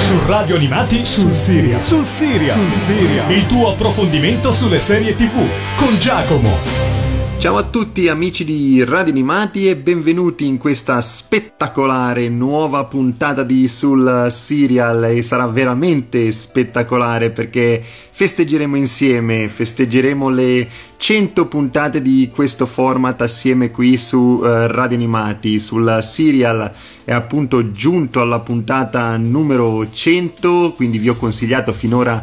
Su Radio Animati sul Serial. Il tuo approfondimento sulle serie TV con Giacomo. Ciao a tutti amici di Radio Animati e benvenuti in questa spettacolare nuova puntata di Sul Serial, e sarà veramente spettacolare perché festeggeremo le 100 puntate di questo format assieme qui su Radio Animati. Sul Serial è appunto giunto alla puntata numero 100, quindi vi ho consigliato finora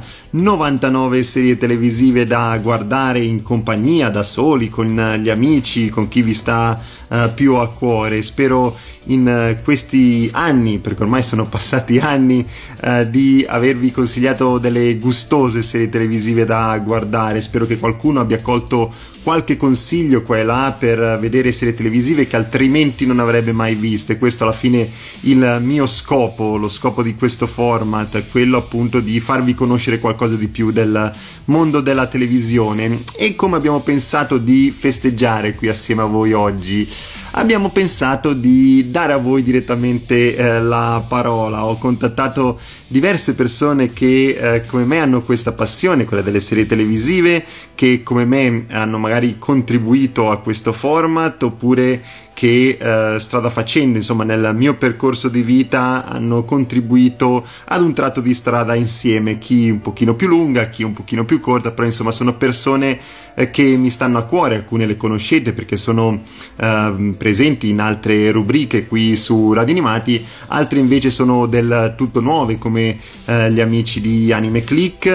99 serie televisive da guardare in compagnia, da soli, con gli amici, con chi vi sta più a cuore. Spero in questi anni, perché ormai sono passati anni, di avervi consigliato delle gustose serie televisive da guardare. Spero che qualcuno abbia colto qualche consiglio qua e là per vedere serie televisive che altrimenti non avrebbe mai visto, e questo alla fine il mio scopo, lo scopo di questo format, è quello appunto di farvi conoscere qualcosa di più del mondo della televisione. E come abbiamo pensato di festeggiare qui assieme a voi oggi? Abbiamo pensato di dare a voi direttamente la parola. Ho contattato diverse persone che come me hanno questa passione, quella delle serie televisive, che come me hanno magari contribuito a questo format, oppure che strada facendo, insomma, nel mio percorso di vita hanno contribuito ad un tratto di strada insieme, chi un pochino più lunga, chi un pochino più corta, però insomma sono persone che mi stanno a cuore. Alcune le conoscete perché sono presenti in altre rubriche qui su Radio Animati, altre invece sono del tutto nuove, come gli amici di Anime Click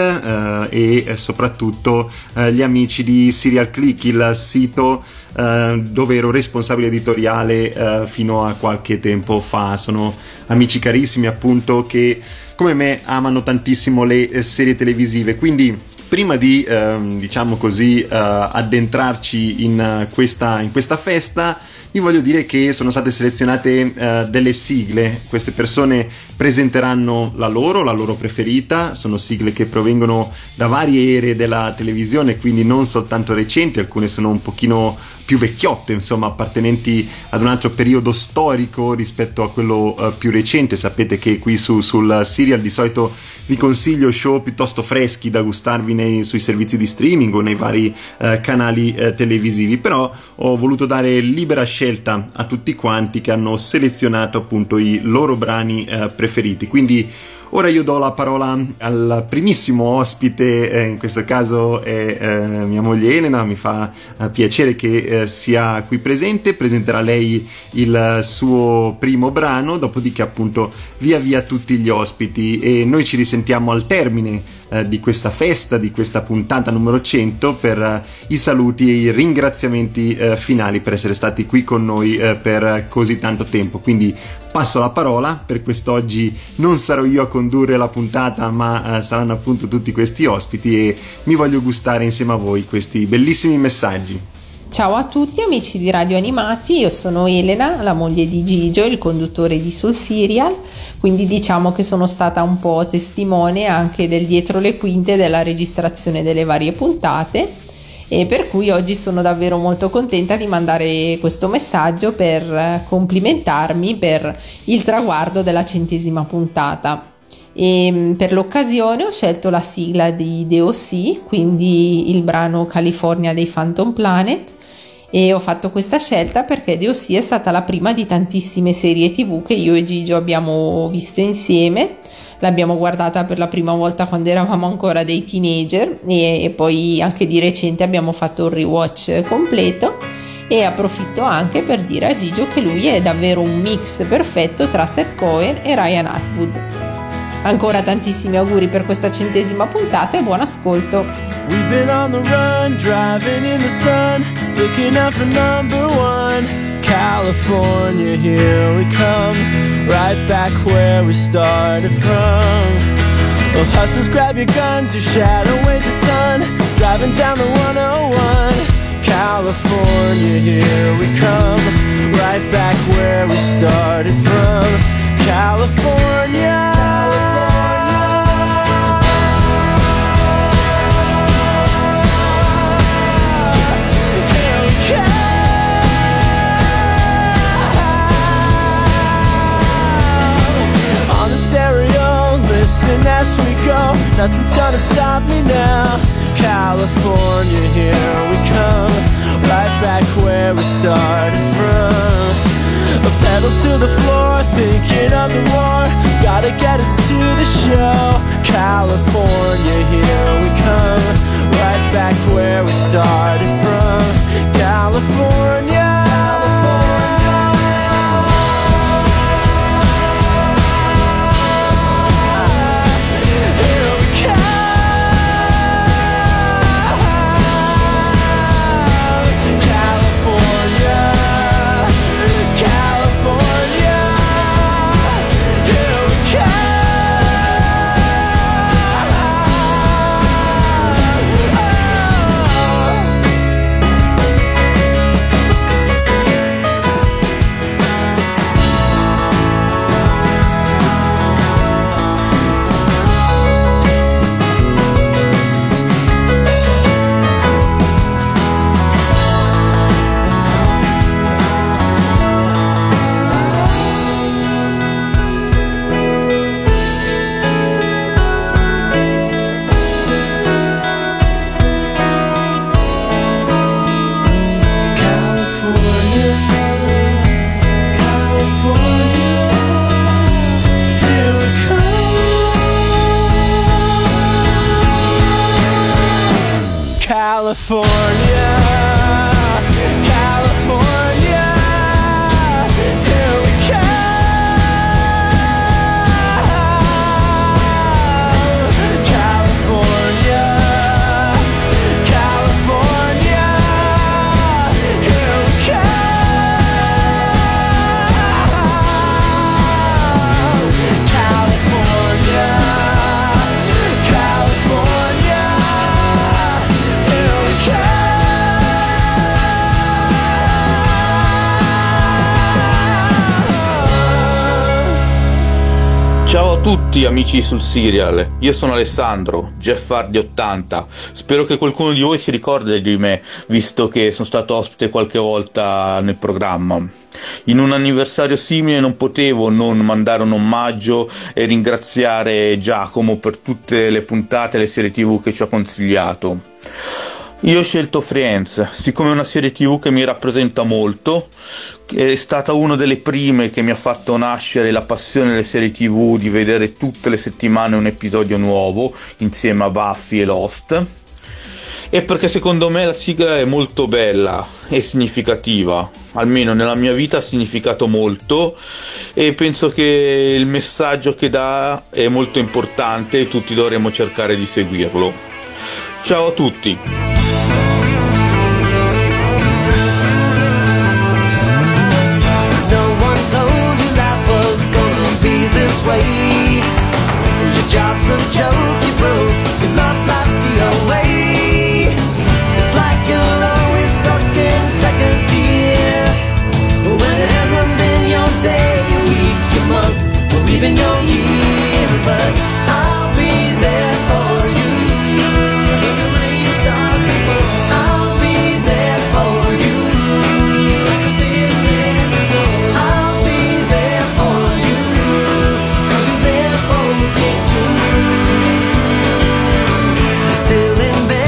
e soprattutto gli amici di Serial Click, il sito dove ero responsabile editoriale fino a qualche tempo fa. Sono amici carissimi appunto che come me amano tantissimo le serie televisive. Quindi prima di diciamo così addentrarci in questa festa, vi voglio dire che sono state selezionate delle sigle. Queste persone presenteranno la loro preferita. Sono sigle che provengono da varie ere della televisione, quindi non soltanto recenti, alcune sono un pochino più vecchiotte, insomma appartenenti ad un altro periodo storico rispetto a quello più recente. Sapete che qui sul Serial di solito vi consiglio show piuttosto freschi da gustarvi sui servizi di streaming o nei vari canali televisivi, però ho voluto dare libera scelta a tutti quanti che hanno selezionato appunto i loro brani preferiti. Quindi ora io do la parola al primissimo ospite, in questo caso è mia moglie Elena. Mi fa piacere che sia qui presente. Presenterà lei il suo primo brano, dopodiché appunto via tutti gli ospiti, e noi ci risentiamo al termine di questa festa, di questa puntata numero 100, per i saluti e i ringraziamenti finali per essere stati qui con noi per così tanto tempo. Quindi passo la parola. Per quest'oggi non sarò io a condurre la puntata, ma saranno appunto tutti questi ospiti, e mi voglio gustare insieme a voi questi bellissimi messaggi. Ciao a tutti amici di Radio Animati, io sono Elena, la moglie di Gigio, il conduttore di Sul Serial, quindi diciamo che sono stata un po' testimone anche del dietro le quinte della registrazione delle varie puntate, e per cui oggi sono davvero molto contenta di mandare questo messaggio per complimentarmi per il traguardo della 100ª puntata. E per l'occasione ho scelto la sigla di DOC, quindi il brano California dei Phantom Planet, e ho fatto questa scelta perché DOC è stata la prima di tantissime serie TV che io e Gigio abbiamo visto insieme. L'abbiamo guardata per la prima volta quando eravamo ancora dei teenager, e poi anche di recente abbiamo fatto un rewatch completo. E approfitto anche per dire a Gigio che lui è davvero un mix perfetto tra Seth Cohen e Ryan Atwood. Ancora tantissimi auguri per questa 100ª puntata e buon ascolto. We've been on the run, driving in the sun, looking out for number one. California, here we come, right back where we started from. Well, hustlers, grab your guns, your shadow weighs a ton, driving down the 101. California, here we come, right back where we started from. California. On the stereo, racing as we go. Nothing's gonna stop me now. California, here we come, right back where we started from. A pedal to the floor, thinking of the war. Gotta get us to the show. California, here we come, right back where we started from. California. California, California, here we come. California, California, here we come. California, California. Ciao a tutti amici sul Serial, io sono Alessandro, Jeffardi 80, spero che qualcuno di voi si ricordi di me, visto che sono stato ospite qualche volta nel programma. In un anniversario simile non potevo non mandare un omaggio e ringraziare Giacomo per tutte le puntate e le serie TV che ci ha consigliato. Io ho scelto Friends, siccome è una serie TV che mi rappresenta molto, è stata una delle prime che mi ha fatto nascere la passione delle serie TV, di vedere tutte le settimane un episodio nuovo insieme a Buffy e Lost, e perché secondo me la sigla è molto bella e significativa, almeno nella mia vita ha significato molto, e penso che il messaggio che dà è molto importante e tutti dovremmo cercare di seguirlo. Ciao a tutti! Way. Your job's a joke, you broke, your love life's the away. It's like you're always stuck in second gear, when it hasn't been your day, your week, your month, or even your year. But I'll be there for you when the rain starts to fall. I'll be there for you. I'll be there for you. Still in bed.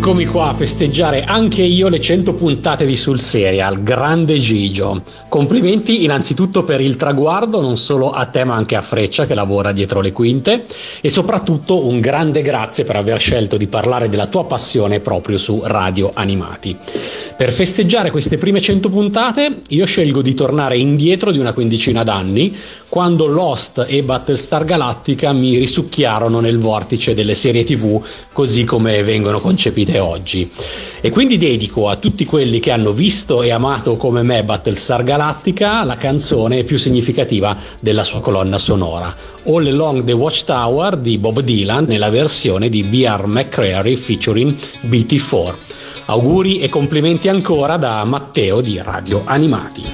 Eccomi qua a festeggiare anche io le 100 puntate di Sul Serial. Grande Gigio. Complimenti innanzitutto per il traguardo, non solo a te ma anche a Freccia che lavora dietro le quinte, e soprattutto un grande grazie per aver scelto di parlare della tua passione proprio su Radio Animati. Per festeggiare queste prime 100 puntate io scelgo di tornare indietro di una quindicina d'anni, quando Lost e Battlestar Galactica mi risucchiarono nel vortice delle serie TV così come vengono concepite oggi. E quindi dedico a tutti quelli che hanno visto e amato come me Battlestar Galactica la canzone più significativa della sua colonna sonora, All Along the Watchtower di Bob Dylan nella versione di B.R. McCreary featuring BT4. Auguri e complimenti ancora da Matteo di Radio Animati.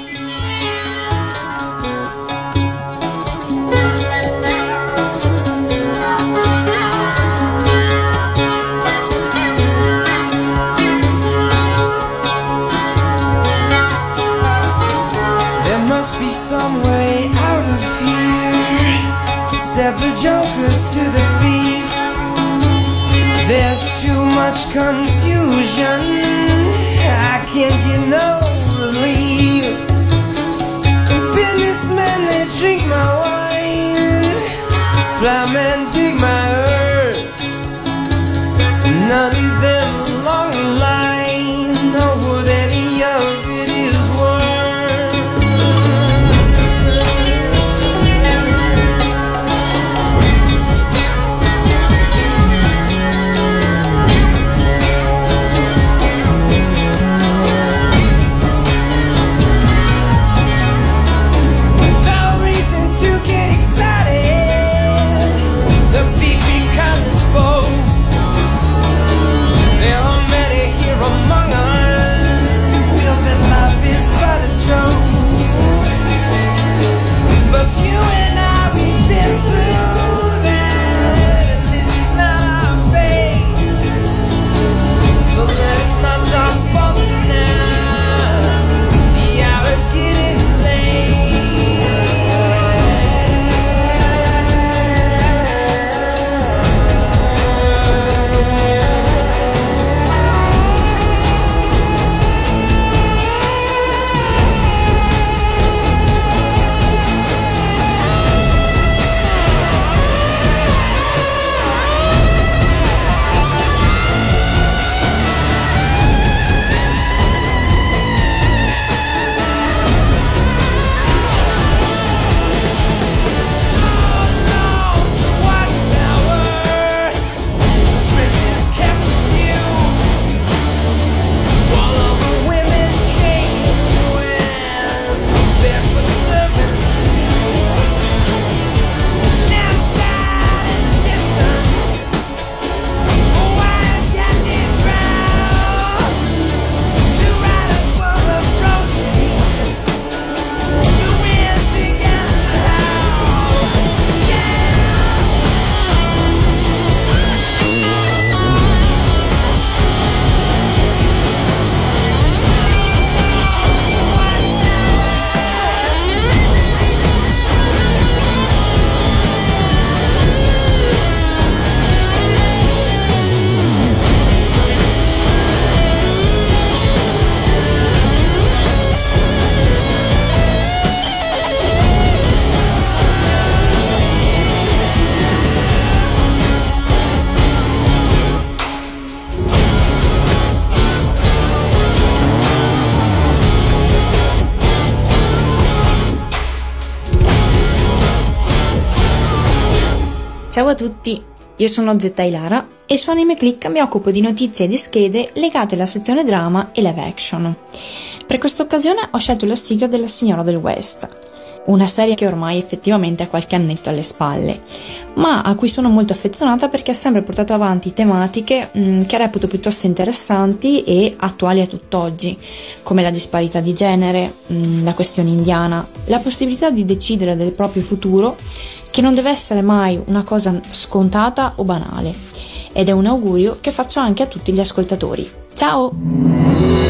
Some way out of here, said the Joker to the thief. There's too much confusion, I can't get no relief. Businessmen, they drink my wine, plowmen dig my earth. None of them along the line know what any of it is worth. You and I, we've been through that, and this is not our fate. So let's not talk falsely now. The hour's getting late. Ciao a tutti, io sono Zetta Ilara e su Anime Click mi occupo di notizie e di schede legate alla sezione drama e live action. Per questa occasione ho scelto la sigla della Signora del West, una serie che ormai effettivamente ha qualche annetto alle spalle, ma a cui sono molto affezionata perché ha sempre portato avanti tematiche che reputo piuttosto interessanti e attuali a tutt'oggi, come la disparità di genere, la questione indiana, la possibilità di decidere del proprio futuro, che non deve essere mai una cosa scontata o banale. Ed è un augurio che faccio anche a tutti gli ascoltatori. Ciao!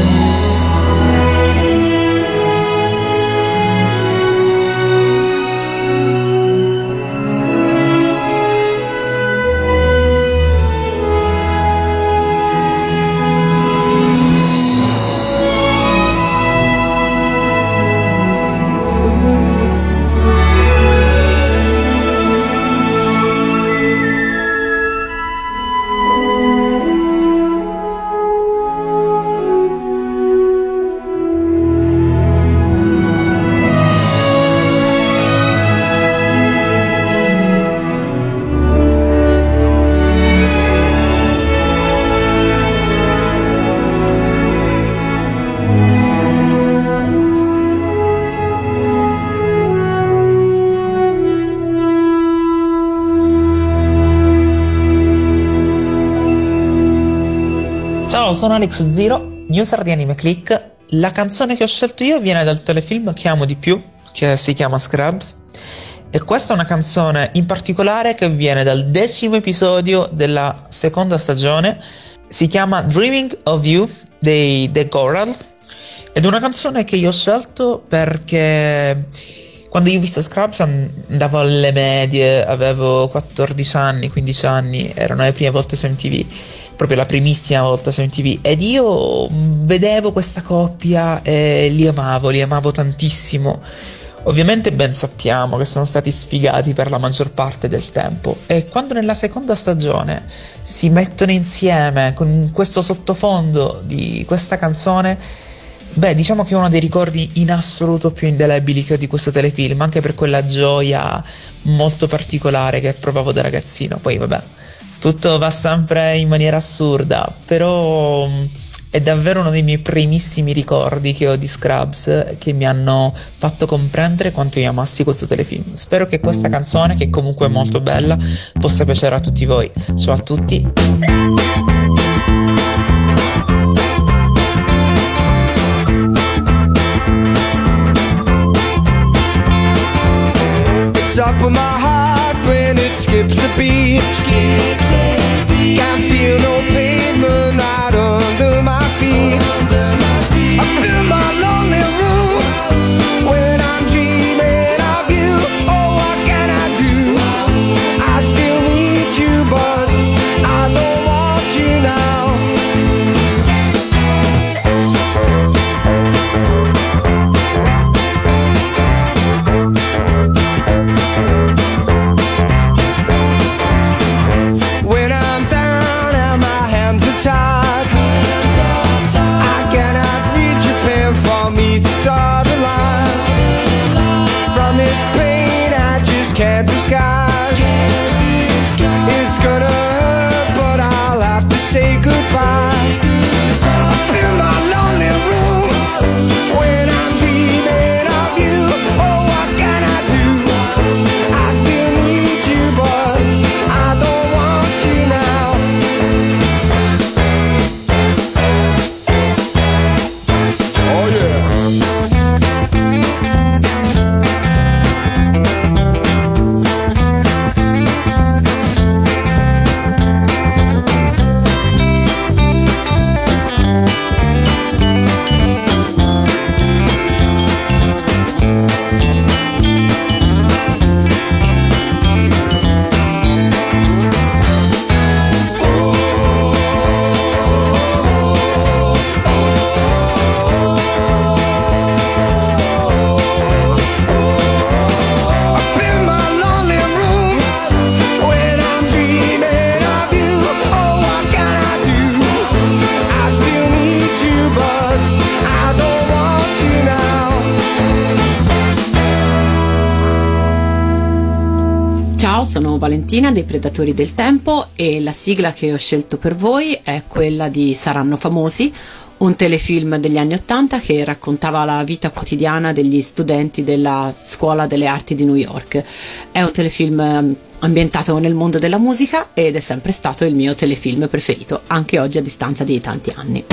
sono Alex Zero, user di Anime Click. La canzone che ho scelto io viene dal telefilm che amo di più, che si chiama Scrubs, e questa è una canzone in particolare che viene dal 10° episodio della seconda stagione. Si chiama Dreaming of You dei The Coral, ed è una canzone che io ho scelto perché quando io ho visto Scrubs andavo alle medie, avevo 14 anni, 15 anni, erano le prime volte su MTV, proprio la primissima volta su MTV, ed io vedevo questa coppia e li amavo tantissimo. Ovviamente ben sappiamo che sono stati sfigati per la maggior parte del tempo, e quando nella seconda stagione si mettono insieme con questo sottofondo di questa canzone, beh, diciamo che è uno dei ricordi in assoluto più indelebili che ho di questo telefilm, anche per quella gioia molto particolare che provavo da ragazzino. Poi vabbè, tutto va sempre in maniera assurda, però è davvero uno dei miei primissimi ricordi che ho di Scrubs, che mi hanno fatto comprendere quanto io amassi questo telefilm. Spero che questa canzone, che comunque è molto bella, possa piacere a tutti voi. Ciao a tutti. Up in my heart when it skips a beat. Can't feel no pavement right under my feet. I feel my lonely room when I'm dreaming of you. Oh, what can I do? I still need you, but I don't want you now. Can't disguise. It's gonna hurt, but I'll have to say goodbye. I feel my lonely room when I'm dreaming of you. Oh, what can I do? I still need you, but I don't want you now. Oh yeah. Sono Valentina dei Predatori del Tempo e la sigla che ho scelto per voi è quella di Saranno Famosi, un telefilm degli anni '80 che raccontava la vita quotidiana degli studenti della Scuola delle Arti di New York. È un telefilm ambientato nel mondo della musica ed è sempre stato il mio telefilm preferito, anche oggi a distanza di tanti anni.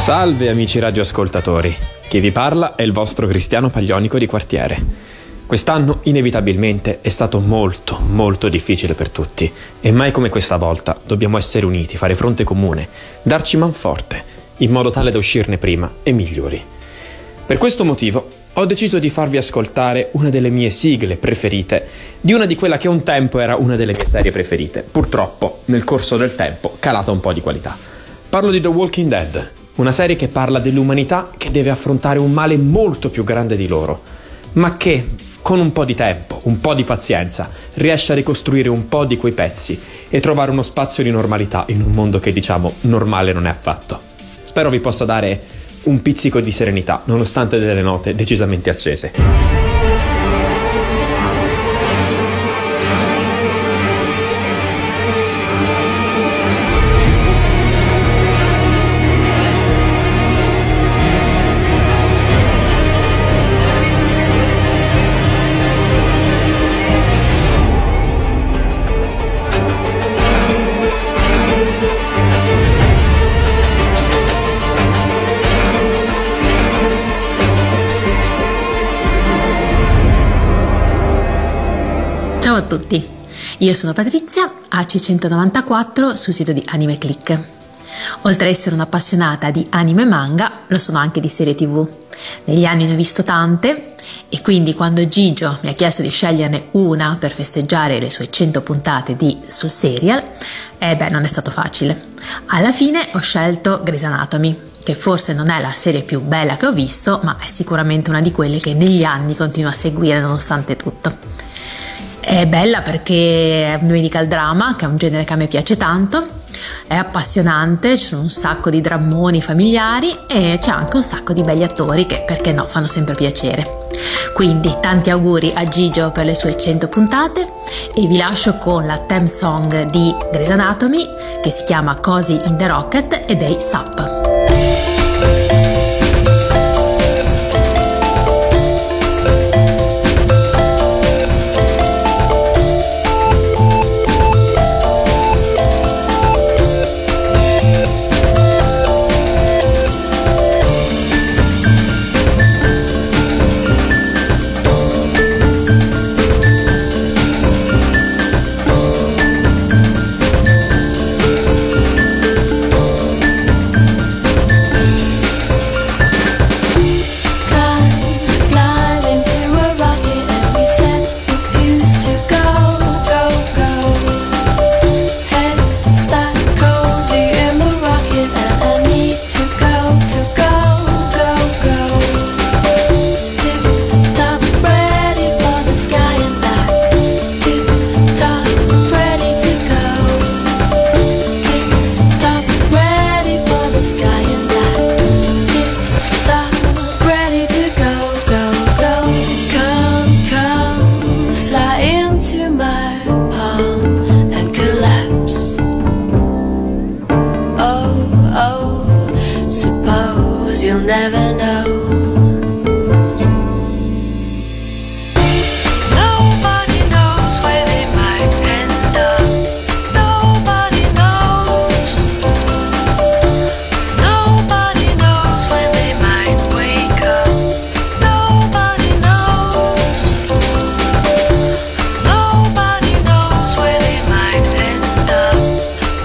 Salve amici radioascoltatori, chi vi parla è il vostro Cristiano Paglionico di quartiere. Quest'anno inevitabilmente è stato molto difficile per tutti e mai come questa volta dobbiamo essere uniti, fare fronte comune, darci manforte, in modo tale da uscirne prima e migliori. Per questo motivo ho deciso di farvi ascoltare una delle mie sigle preferite di una di quella che un tempo era una delle mie serie preferite, purtroppo nel corso del tempo calata un po' di qualità. Parlo di The Walking Dead, una serie che parla dell'umanità che deve affrontare un male molto più grande di loro, ma che, con un po' di tempo, un po' di pazienza, riesce a ricostruire un po' di quei pezzi e trovare uno spazio di normalità in un mondo che, diciamo, normale non è affatto. Spero vi possa dare un pizzico di serenità, nonostante delle note decisamente accese. Ciao a tutti, io sono Patrizia, AC194 sul sito di Anime Click. Oltre ad essere un'appassionata di anime e manga, lo sono anche di serie TV. Negli anni ne ho visto tante e quindi quando Gigio mi ha chiesto di sceglierne una per festeggiare le sue 100 puntate di Sul Serial, non è stato facile. Alla fine ho scelto Grey's Anatomy, che forse non è la serie più bella che ho visto, ma è sicuramente una di quelle che negli anni continuo a seguire nonostante tutto. È bella perché è un medical drama, che è un genere che a me piace tanto, è appassionante, ci sono un sacco di drammoni familiari e c'è anche un sacco di belli attori che, perché no, fanno sempre piacere. Quindi tanti auguri a Gigio per le sue 100 puntate e vi lascio con la theme song di Grey's Anatomy che si chiama Cozy in the Rocket ed è SAP.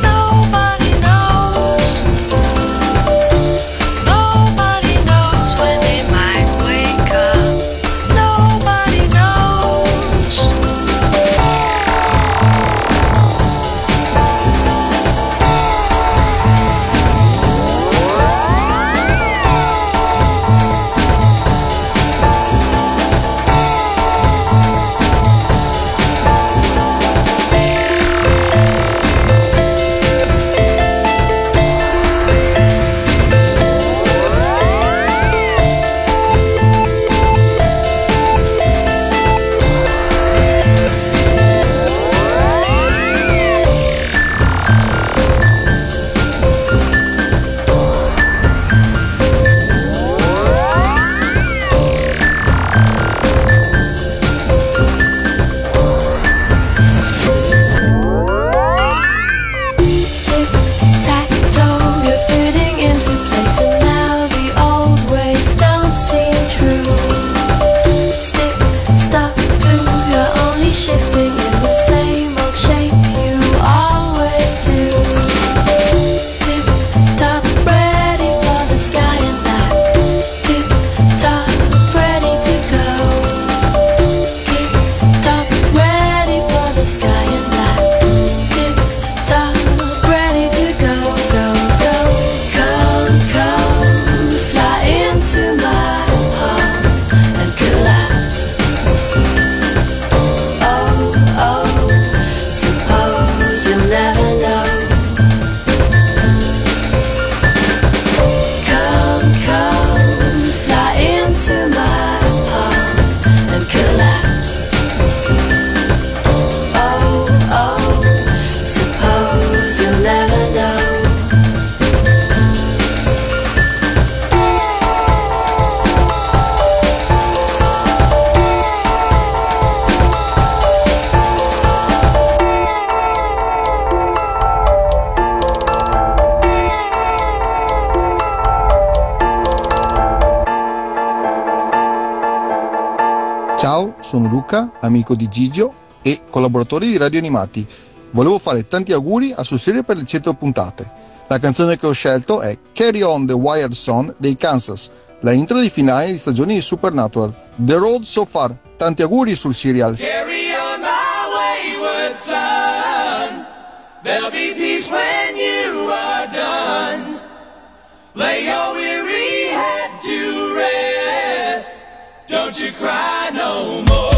Nobody knows sono Luca, amico di Gigio e collaboratore di Radio Animati. Volevo fare tanti auguri a Sul Serial per le 100 puntate. La canzone che ho scelto è Carry On the Wired Son dei Kansas, la intro di finale di stagione di Supernatural. The Road So Far. Tanti auguri Sul Serial. Carry on my wayward son. There'll be peace when you are done. Lay your weary head to rest. Don't you cry no more.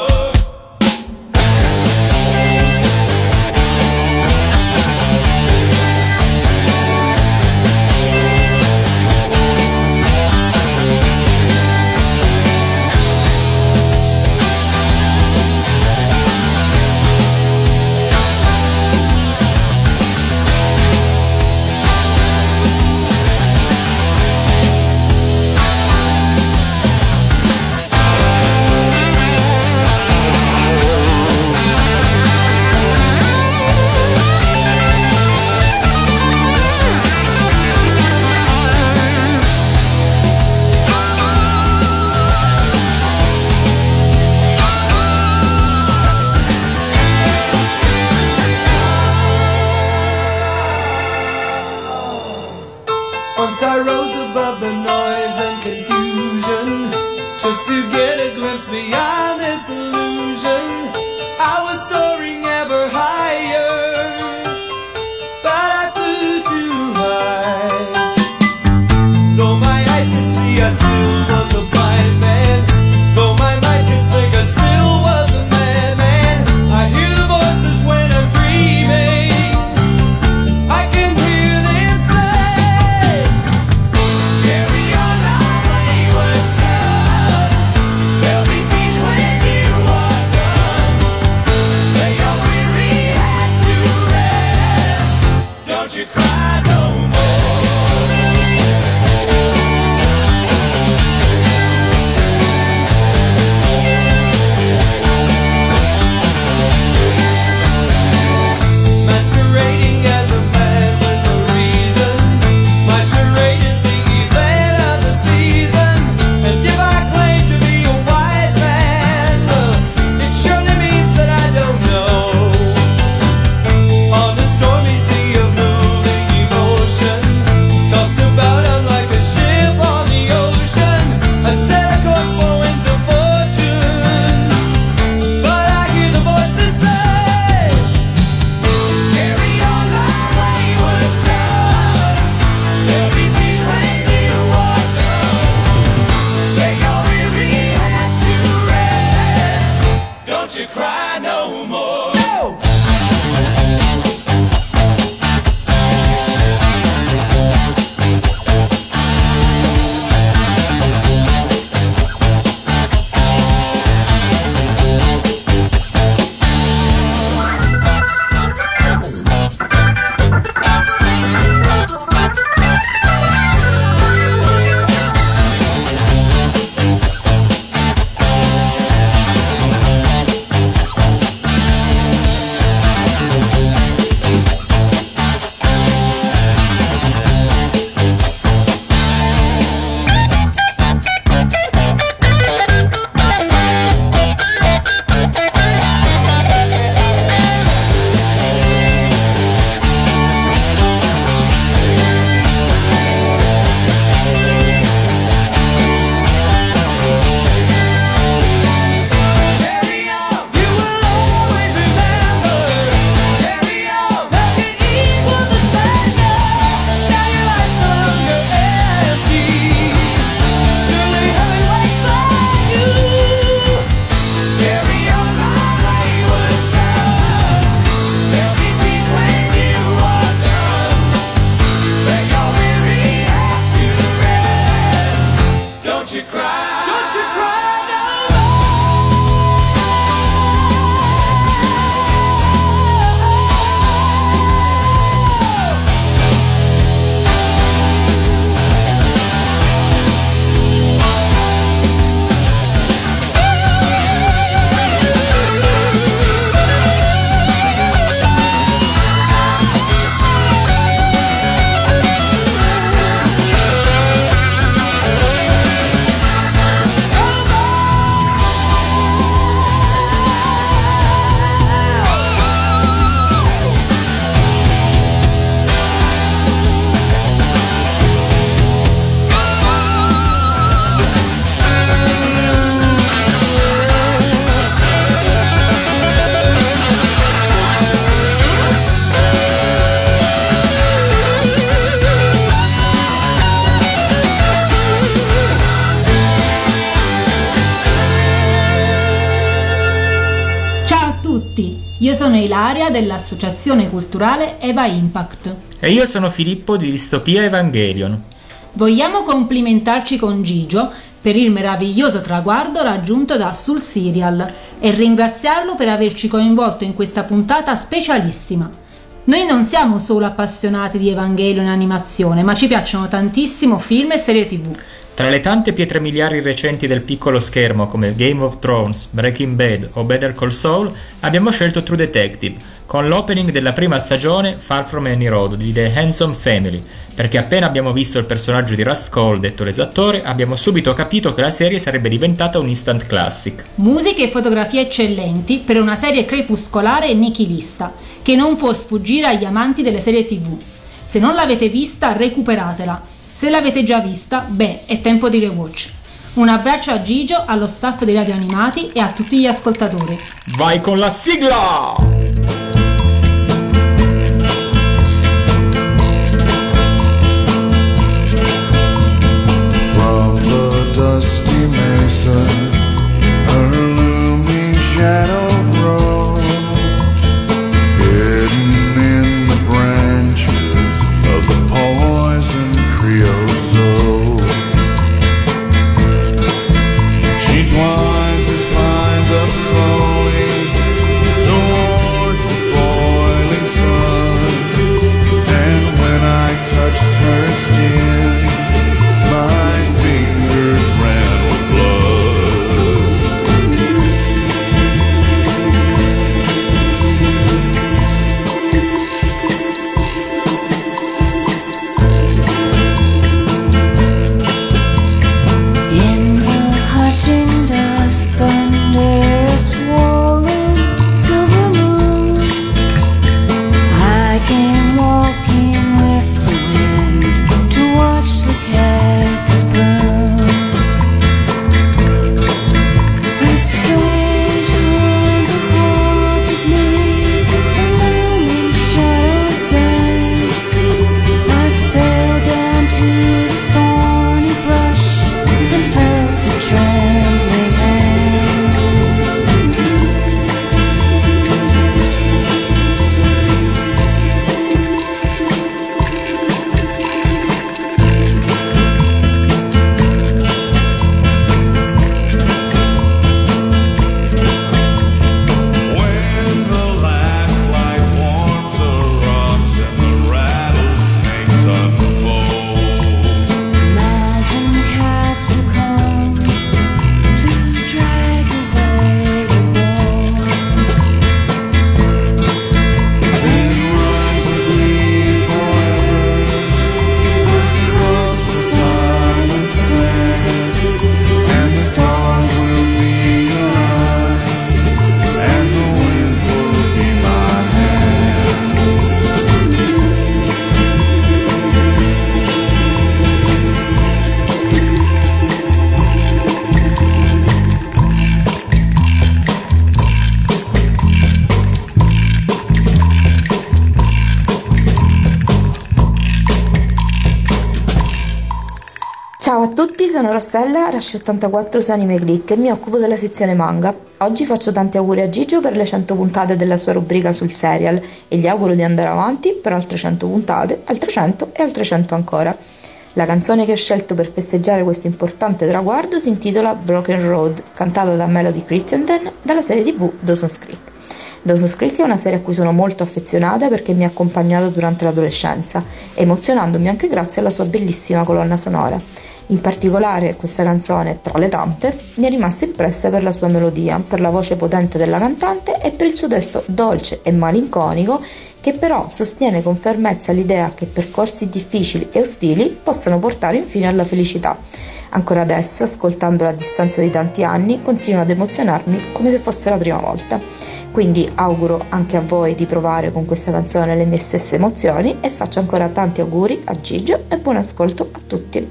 Once I rose above the noise and confusion, just to get a glimpse beyond this illusion. I was soaring ever higher, but I flew too high. Though my eyes could see, I still was a blind man. Though my mind could think, I still was a madman. I hear the voices when I'm dreaming. I can hear them say, carry on my wayward son. There'll be peace when you are done. Lay your weary head to rest. Don't you cry no more. Masquerading as a man with a reason. My charade is the event of the season. And if I claim to be a wise man, it surely means that I don't know. On the stormy sea of moving emotion, Io sono Ilaria dell'associazione culturale Eva Impact. E io sono Filippo di Distopia Evangelion. Vogliamo complimentarci con Gigio per il meraviglioso traguardo raggiunto da Sul Serial e ringraziarlo per averci coinvolto in questa puntata specialissima. Noi non siamo solo appassionati di Evangelion in animazione, ma ci piacciono tantissimo film e serie TV. Tra le tante pietre miliari recenti del piccolo schermo come Game of Thrones, Breaking Bad o Better Call Saul, abbiamo scelto True Detective, con l'opening della prima stagione Far From Any Road di The Handsome Family, perché appena abbiamo visto il personaggio di Rust Cole, detto l'esattore, abbiamo subito capito che la serie sarebbe diventata un instant classic. Musiche e fotografie eccellenti per una serie crepuscolare e nichilista, che non può sfuggire agli amanti delle serie TV. Se non l'avete vista, recuperatela. Se l'avete già vista, beh, è tempo di rewatch. Un abbraccio a Gigio, allo staff dei Radio Animati e a tutti gli ascoltatori. Vai con la sigla! From the dusty mesa, her looming shadow grows, hidden in the branches of the poison creosote. She twines her spines up slowly towards the boiling sun, and when I touched her skin, my fingers ran with blood. In the hushing dusk under a swollen silver moon, I came walking with the wind to watch the cactus bloom. A strange wonder haunted me, the looming shadows danced. I fell down to the thorny brush and felt a trembling hand. When the last light warms the rocks and the rattlesnakes unfold, Mountain cats will come to drag away the bones. then rise with me forever across the silent sand, and the stars will be your eyes, and the wind will be my hand. Ciao a tutti, sono Rossella, Rush84 su Anime Click e mi occupo della sezione manga. Oggi faccio tanti auguri a Gigio per le 100 puntate della sua rubrica sul serial e gli auguro di andare avanti per altre 100 puntate, altre 100 e altre 100 ancora. La canzone che ho scelto per festeggiare questo importante traguardo si intitola Broken Road, cantata da Melody Crittenden dalla serie TV Dawson's Creek. Dawson's Creek è una serie a cui sono molto affezionata perché mi ha accompagnata durante l'adolescenza, emozionandomi anche grazie alla sua bellissima colonna sonora. In particolare questa canzone, tra le tante, mi è rimasta impressa per la sua melodia, per la voce potente della cantante e per il suo testo dolce e malinconico che però sostiene con fermezza l'idea che percorsi difficili e ostili possano portare infine alla felicità. Ancora adesso, ascoltandola a distanza di tanti anni, continuo ad emozionarmi come se fosse la prima volta. Quindi auguro anche a voi di provare con questa canzone le mie stesse emozioni e faccio ancora tanti auguri a Gigio e buon ascolto a tutti.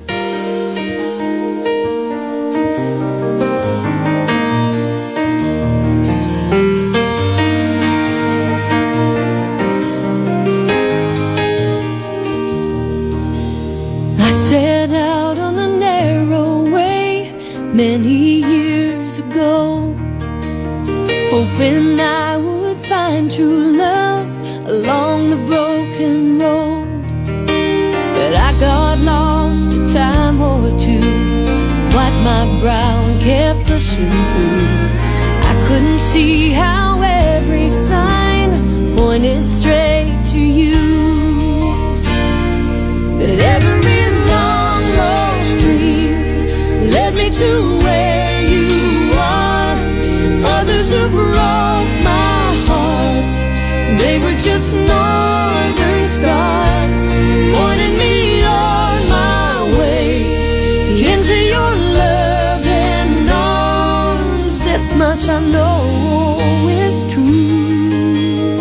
I set out on a narrow way many years ago, hoping I would find find true love along the broken road. But I got lost a time or two, wiped my brow and kept pushing through. I couldn't see how every sign pointed straight to you. But every long lost dream led me to where you are. Others who broke my heart, they were just northern stars, pointing me on my way into your love and arms. This much I know is true,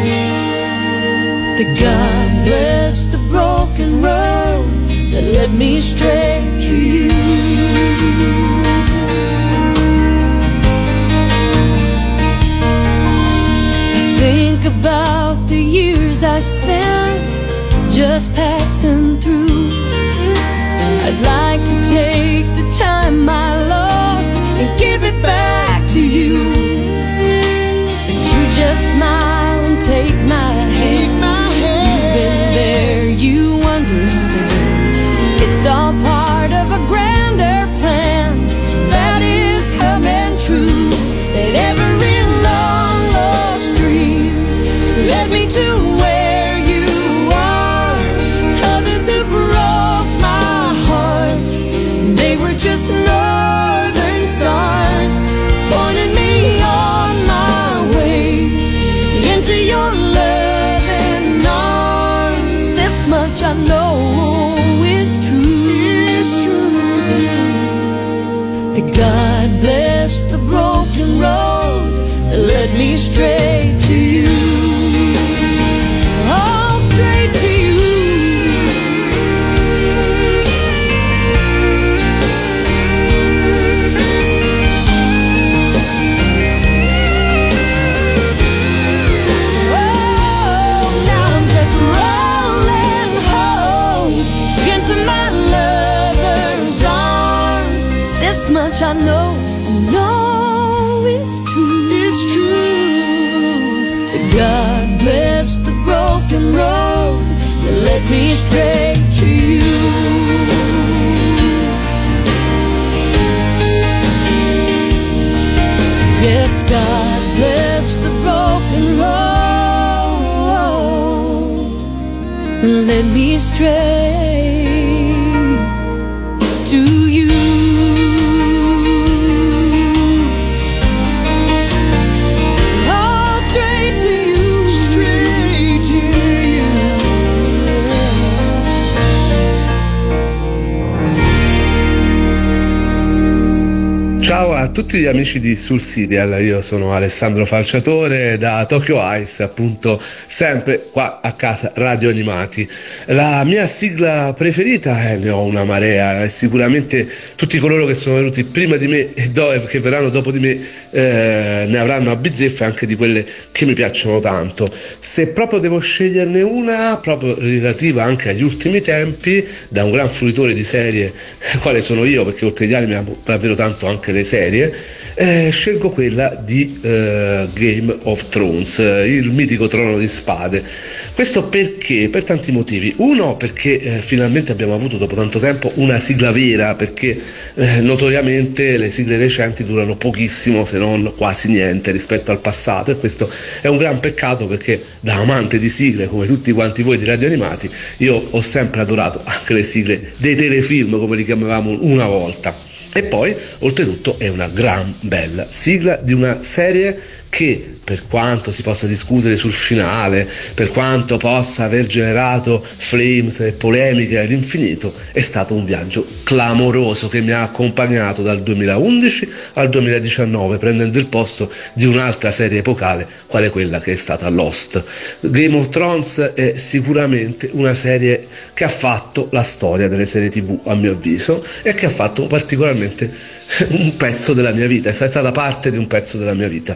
that God bless the broken road that led me straight to you. Think about the years I spent just passing through. I'd like to take the time I lost and give it back to you. But you just smile and take my hand. You've been there, you understand. It's all part of a grander plan that is coming true. That every long lost dream led me to where you are. Others who broke my heart, they were just northern stars, pointing me on my way into your love and arms. This much I know is true, that God bless the broken road that led me straight to you. Oh, straight to you. Oh, now I'm just rolling home into my lover's arms. This much I know it's true. It's true. God bless the broken road that led me straight to you. Yes, God bless the broken road that led me straight to you. Ciao a tutti gli amici di Sul Serial, io sono Alessandro Falciatore da Tokyo Ice, appunto sempre qua a casa Radio Animati. La mia sigla preferita, ne ho una marea, e sicuramente tutti coloro che sono venuti prima di me e che verranno dopo di me ne avranno a bizzeffe anche di quelle che mi piacciono tanto. Se proprio devo sceglierne una, proprio relativa anche agli ultimi tempi, da un gran fruitore di serie quale sono io, perché oltre agli anime amo davvero tanto anche le serie, scelgo quella di Game of Thrones, il mitico Trono di Spade. Questo perché? Per tanti motivi. Uno, perché finalmente abbiamo avuto dopo tanto tempo una sigla vera, perché notoriamente le sigle recenti durano pochissimo, se non quasi niente rispetto al passato, e questo è un gran peccato, perché da amante di sigle come tutti quanti voi di Radio Animati, io ho sempre adorato anche le sigle dei telefilm, come li chiamavamo una volta. E poi, oltretutto, è una gran bella sigla di una serie che, per quanto si possa discutere sul finale, per quanto possa aver generato flames e polemiche all'infinito, è stato un viaggio clamoroso che mi ha accompagnato dal 2011 al 2019, prendendo il posto di un'altra serie epocale, quale quella che è stata Lost. Game of Thrones è sicuramente una serie che ha fatto la storia delle serie TV, a mio avviso, e che ha fatto particolarmente un pezzo della mia vita, è stata parte di un pezzo della mia vita. Questa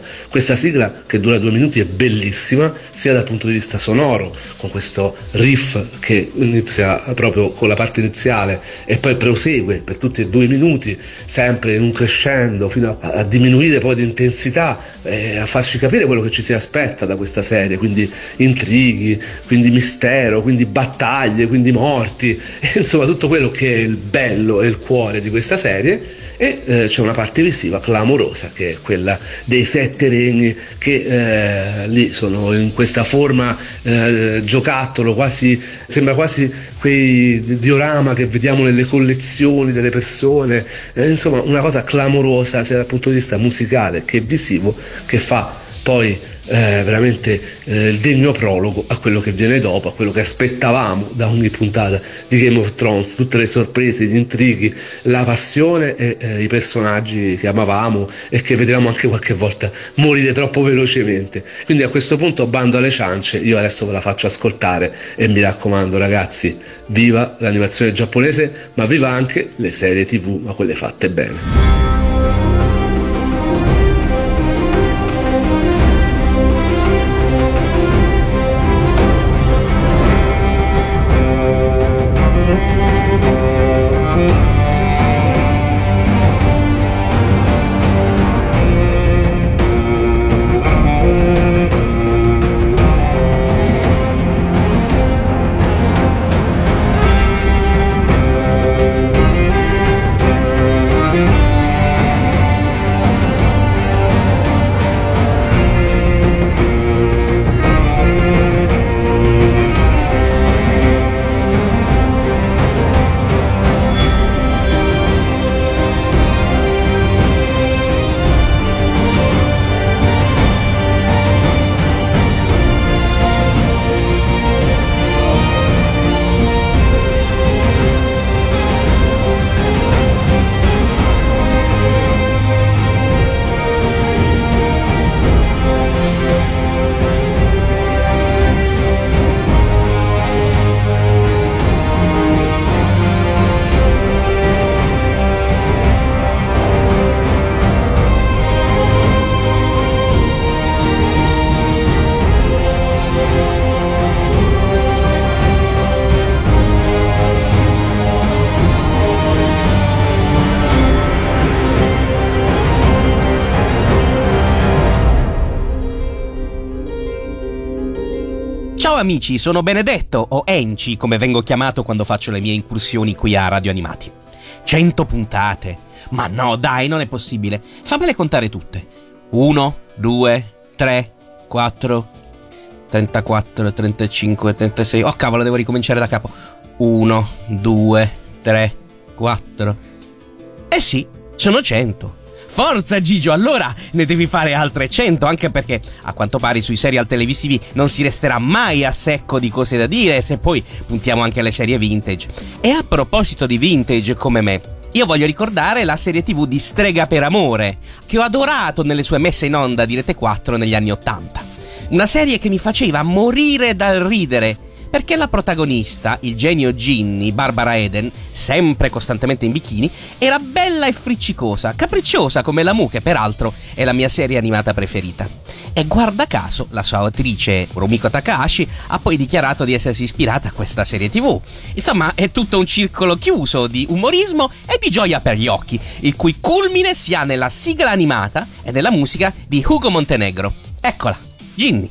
Questa sigla, che dura 2 minuti, è bellissima sia dal punto di vista sonoro, con questo riff che inizia proprio con la parte iniziale e poi prosegue per tutti e 2 minuti, sempre in un crescendo fino a diminuire poi di intensità, a farci capire quello che ci si aspetta da questa serie, quindi intrighi, quindi mistero, quindi battaglie, quindi morti, insomma tutto quello che è il bello e il cuore di questa serie. E c'è una parte visiva clamorosa, che è quella dei 7 regni, che lì sono in questa forma giocattolo, quasi sembra quasi quei diorama che vediamo nelle collezioni delle persone, insomma una cosa clamorosa sia dal punto di vista musicale che visivo, che fa poi veramente il degno prologo a quello che viene dopo, a quello che aspettavamo da ogni puntata di Game of Thrones, tutte le sorprese, gli intrighi, la passione e i personaggi che amavamo e che vedremo anche qualche volta morire troppo velocemente. Quindi a questo punto bando alle ciance, io adesso ve la faccio ascoltare e mi raccomando ragazzi, viva l'animazione giapponese, ma viva anche le serie TV, ma quelle fatte bene. Ciao amici, sono Benedetto, o Enci, come vengo chiamato quando faccio le mie incursioni qui a Radio Animati. 100 puntate. Ma no, dai, non è possibile. Fammele contare tutte. 1, 2, 3, 4, 34, 35, 36. Oh cavolo, devo ricominciare da capo. 1, 2, 3, 4. Eh sì, sono 100. Forza Gigio, allora ne devi fare altre 100, anche perché a quanto pare sui serial televisivi non si resterà mai a secco di cose da dire, se poi puntiamo anche alle serie vintage. E a proposito di vintage come me, io voglio ricordare la serie TV di Strega per Amore, che ho adorato nelle sue messe in onda di Rete 4 negli anni 80. Una serie che mi faceva morire dal ridere, perché la protagonista, il genio Ginny, Barbara Eden, sempre costantemente in bikini, era bella e friccicosa, capricciosa come la Mu, che peraltro è la mia serie animata preferita. E guarda caso, la sua autrice Rumiko Takahashi ha poi dichiarato di essersi ispirata a questa serie TV. Insomma, è tutto un circolo chiuso di umorismo e di gioia per gli occhi, il cui culmine si ha nella sigla animata e nella musica di Hugo Montenegro. Eccola, Ginny.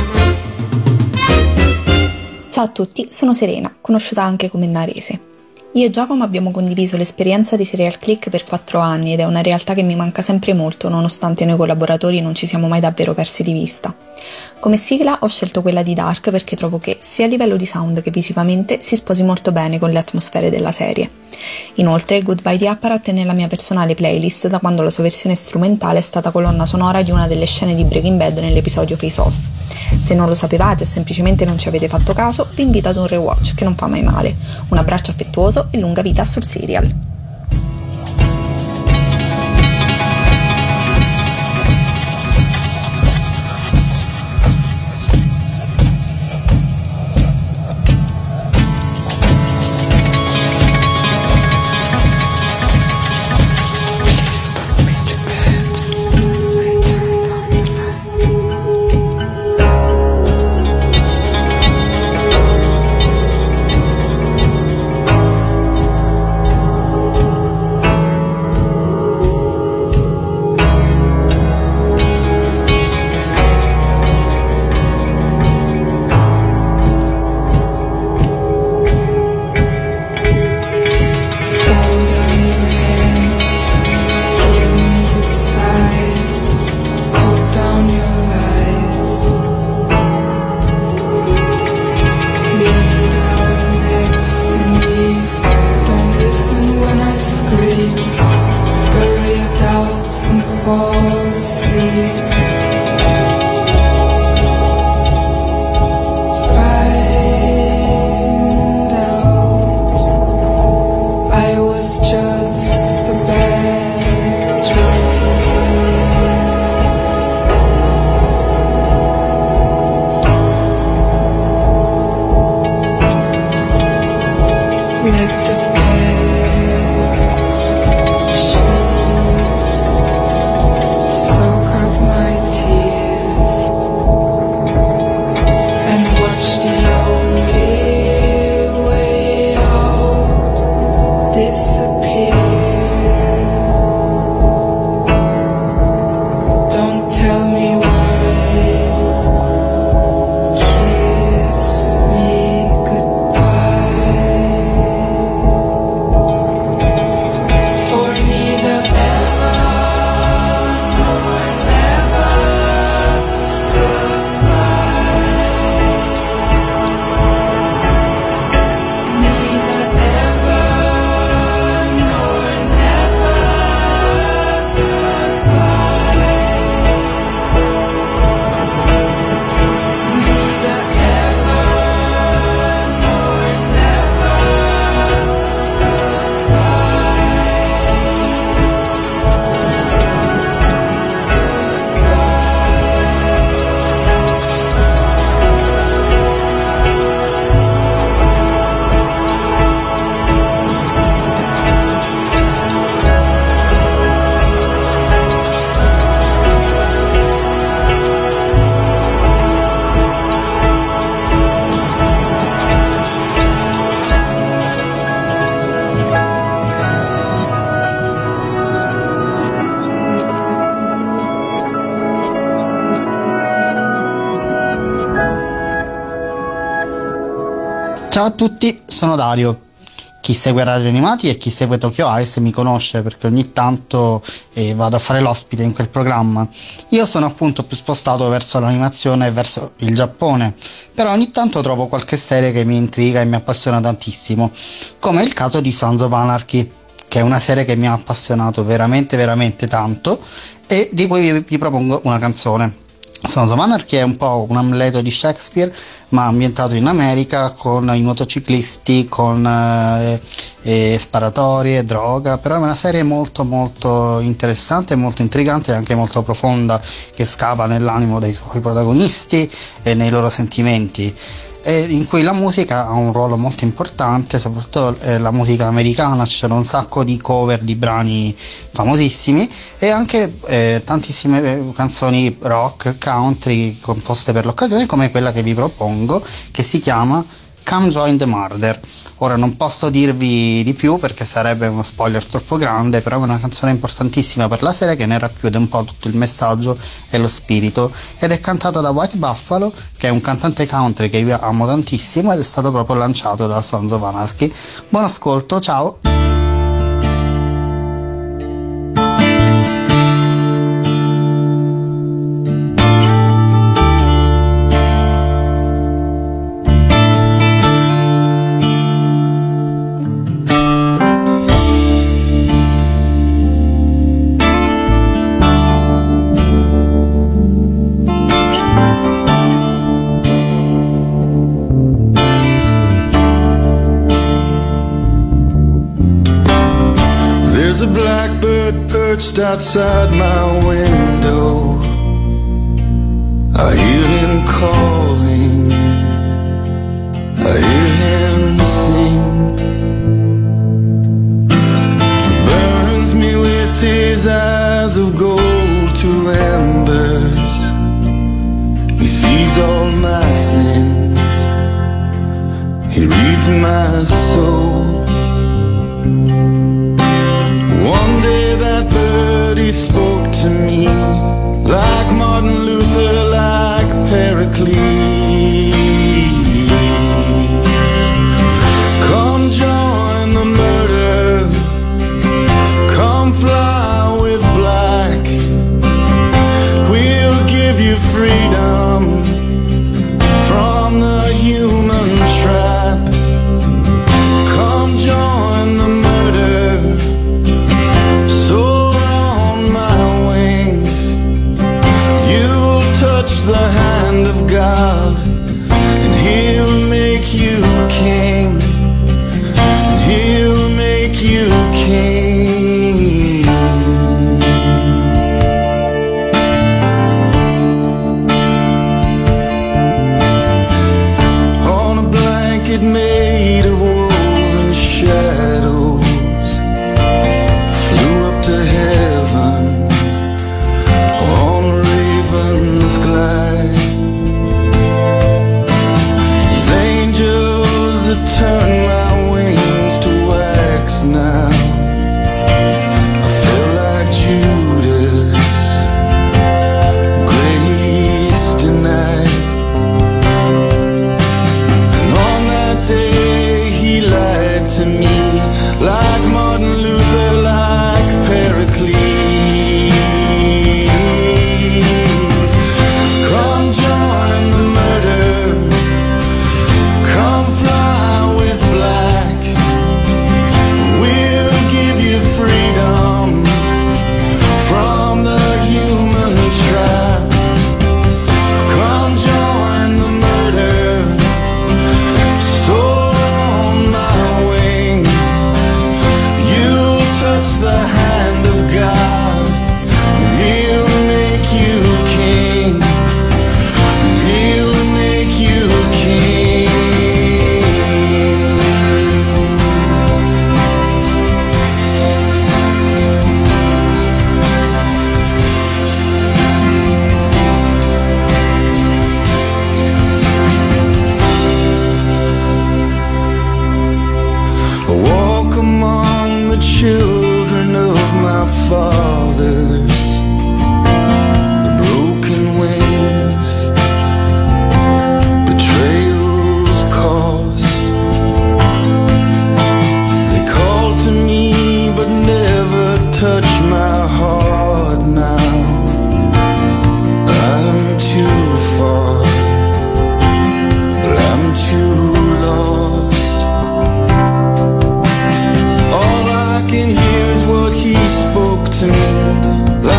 Ciao a tutti, sono Serena, conosciuta anche come Narese. Io e Giacomo abbiamo condiviso l'esperienza di Serial Click per 4 anni ed è una realtà che mi manca sempre molto, nonostante noi collaboratori non ci siamo mai davvero persi di vista. Come sigla ho scelto quella di Dark perché trovo che, sia a livello di sound che visivamente, si sposi molto bene con le atmosfere della serie. Inoltre, Goodbye the Apparat è nella mia personale playlist da quando la sua versione strumentale è stata colonna sonora di una delle scene di Breaking Bad nell'episodio Face Off. Se non lo sapevate o semplicemente non ci avete fatto caso, vi invito ad un rewatch che non fa mai male. Un abbraccio affettuoso e lunga vita sul Serial. Ciao a tutti, sono Dario. Chi segue Radio Animati e chi segue Tokyo Ice mi conosce perché ogni tanto vado a fare l'ospite in quel programma. Io sono appunto più spostato verso l'animazione e verso il Giappone, però ogni tanto trovo qualche serie che mi intriga e mi appassiona tantissimo, come il caso di Sons of Anarchy, che è una serie che mi ha appassionato veramente veramente tanto e di cui vi propongo una canzone. Sons of Anarchy è un po' un Amleto di Shakespeare, ma ambientato in America, con i motociclisti, con sparatorie, droga, però è una serie molto molto interessante, molto intrigante e anche molto profonda, che scava nell'animo dei suoi protagonisti e nei loro sentimenti, e in cui la musica ha un ruolo molto importante, soprattutto la musica americana. Ci sono un sacco di cover di brani famosissimi e anche tantissime canzoni rock, country composte per l'occasione, come quella che vi propongo, che si chiama Come Join the Murder. Ora non posso dirvi di più perché sarebbe uno spoiler troppo grande, però è una canzone importantissima per la serie che ne racchiude un po' tutto il messaggio e lo spirito, ed è cantata da White Buffalo, che è un cantante country che io amo tantissimo ed è stato proprio lanciato da Sons of Anarchy. Buon ascolto, ciao! Perched outside my window, I hear him calling, I hear him sing. He burns me with his eyes of gold to embers. He sees all my sins, he reads my soul. One day that birdie spoke to me like Martin Luther, like Pericles. Come join the murder, come fly with black. We'll give you freedom from the human trap. Come join the murder, soar on my wings. You'll touch the hand of God, and He'll make you king. And He'll make you king. On a blanket made of woven shadows, flew up to heaven on a raven's glide. These angels that turn my wings to wax now, I feel like Judas, grace denied. And on that day he lied to me like Martin Luther, like Pericles. Come join the murder, come fly with black. We'll give you freedom from the human trap. Come join the murder, soar on my wings. You'll touch the hand of God, and He'll make you king. And He'll make you king. I walk among the children of my fathers, the broken wings, betrayal's cost. They call to me but never touch my heart now. I'm too far, I'm too lost. All I can hear is what He spoke to me.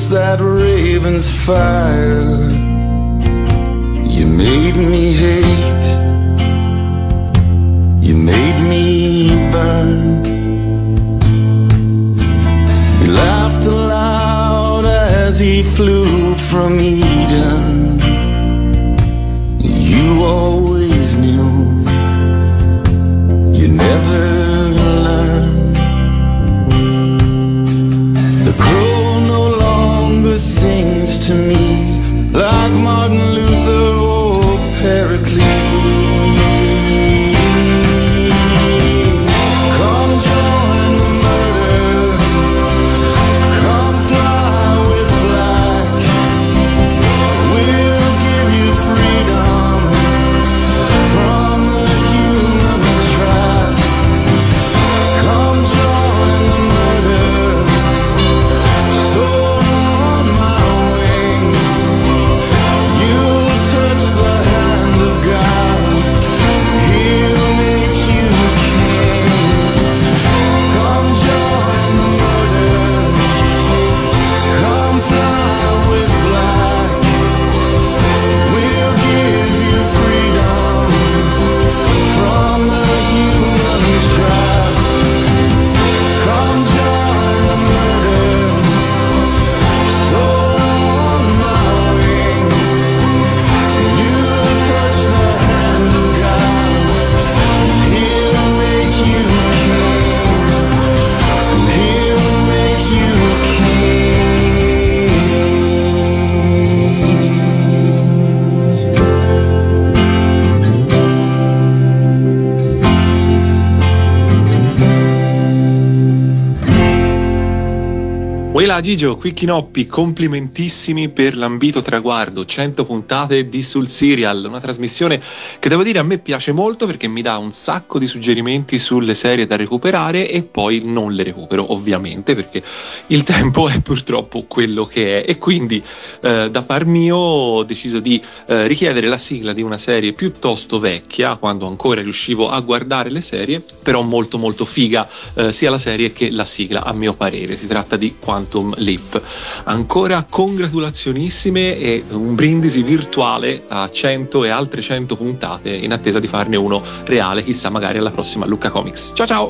loose that raven's fire. You made me hate, you made me burn. He laughed aloud as he flew from Eden. You always knew, you never learned. The crow no longer sings to me like Martin Luther or Pericles. Come join the murder, come fly with black. We'll give you freedom from the human trap. Come join the murder, soar on my wings. You'll touch the hand of God, He'll make you king. Come join the murder, come fly with black. We'll give you freedom from the human trap. Come join the murder, soar on my wings. You'll touch the hand of God, He'll make you king, and He'll make you king. Uela Gigio, qui Chinoppi, complimentissimi per l'ambito traguardo, 100 puntate di Sul Serial, una trasmissione che devo dire a me piace molto perché mi dà un sacco di suggerimenti sulle serie da recuperare e poi non le recupero ovviamente perché il tempo è purtroppo quello che è e quindi da par mio ho deciso di richiedere la sigla di una serie piuttosto vecchia, quando ancora riuscivo a guardare le serie, però molto molto figa sia la serie che la sigla a mio parere. Si tratta di Quantum Leap. Ancora congratulazionissime e un brindisi virtuale a 100 e altre 100 puntate in attesa di farne uno reale, chissà magari alla prossima Lucca Comics. Ciao ciao!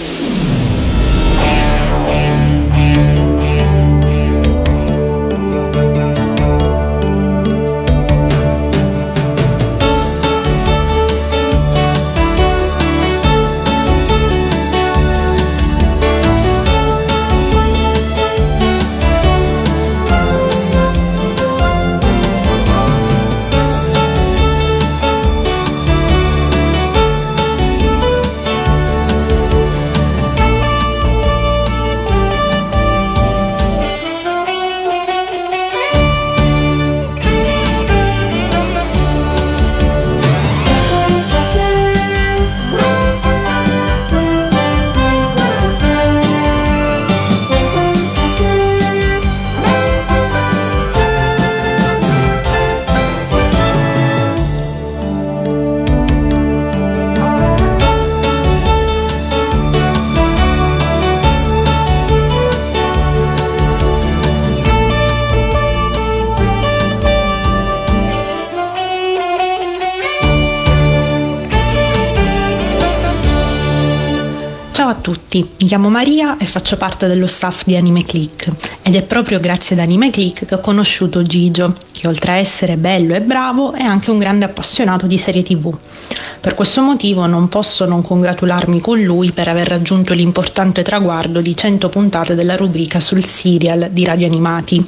Ciao a tutti, mi chiamo Maria e faccio parte dello staff di Anime Click ed è proprio grazie ad Anime Click che ho conosciuto Gigio, che oltre a essere bello e bravo è anche un grande appassionato di serie TV. Per questo motivo non posso non congratularmi con lui per aver raggiunto l'importante traguardo di 100 puntate della rubrica Sul Serial di Radio Animati.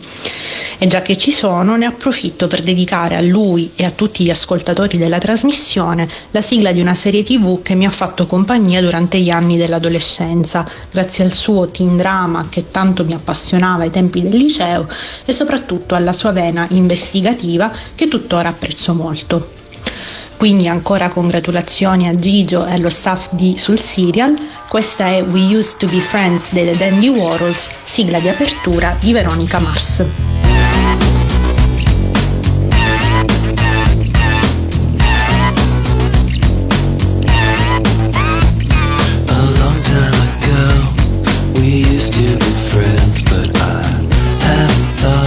E già che ci sono, ne approfitto per dedicare a lui e a tutti gli ascoltatori della trasmissione la sigla di una serie TV che mi ha fatto compagnia durante gli anni dell'adolescenza, grazie al suo teen drama che tanto mi appassionava ai tempi del liceo e soprattutto alla sua vena investigativa che tuttora apprezzo molto. Quindi ancora congratulazioni a Gigio e allo staff di Sul Serial. Questa è We Used to Be Friends dei The Dandy Warhols, sigla di apertura di Veronica Mars. Thought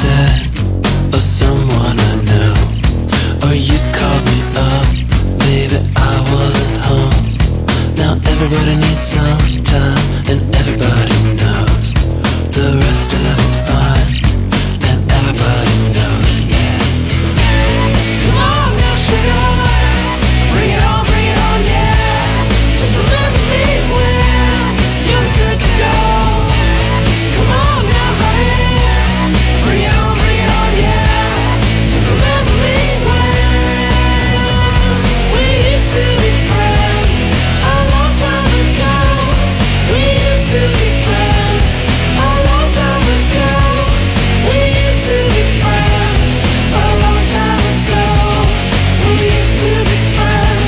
said, or someone I know, or you called me up, maybe I wasn't home. Now everybody needs some time, and everybody knows the rest of it's fine, and everybody knows. Come on now, sugar, bring it on, yeah. Just remember me when you're good to go. Come on now, honey, bring it on, yeah. Just remember me when we used to be friends a long time ago. We used to be friends a long time ago. We used to be friends a long time ago. We used to be friends.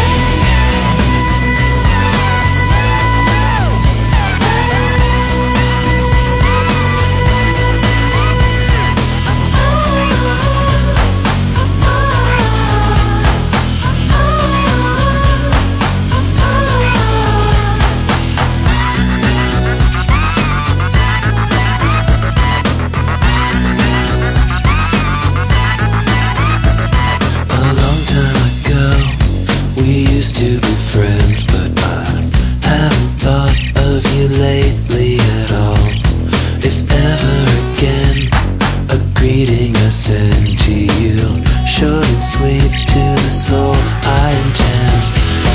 A long time ago, we used to be friends, but I haven't thought of you lately at all. If ever again, a greeting I send to you, short and sweet to the soul, I intend.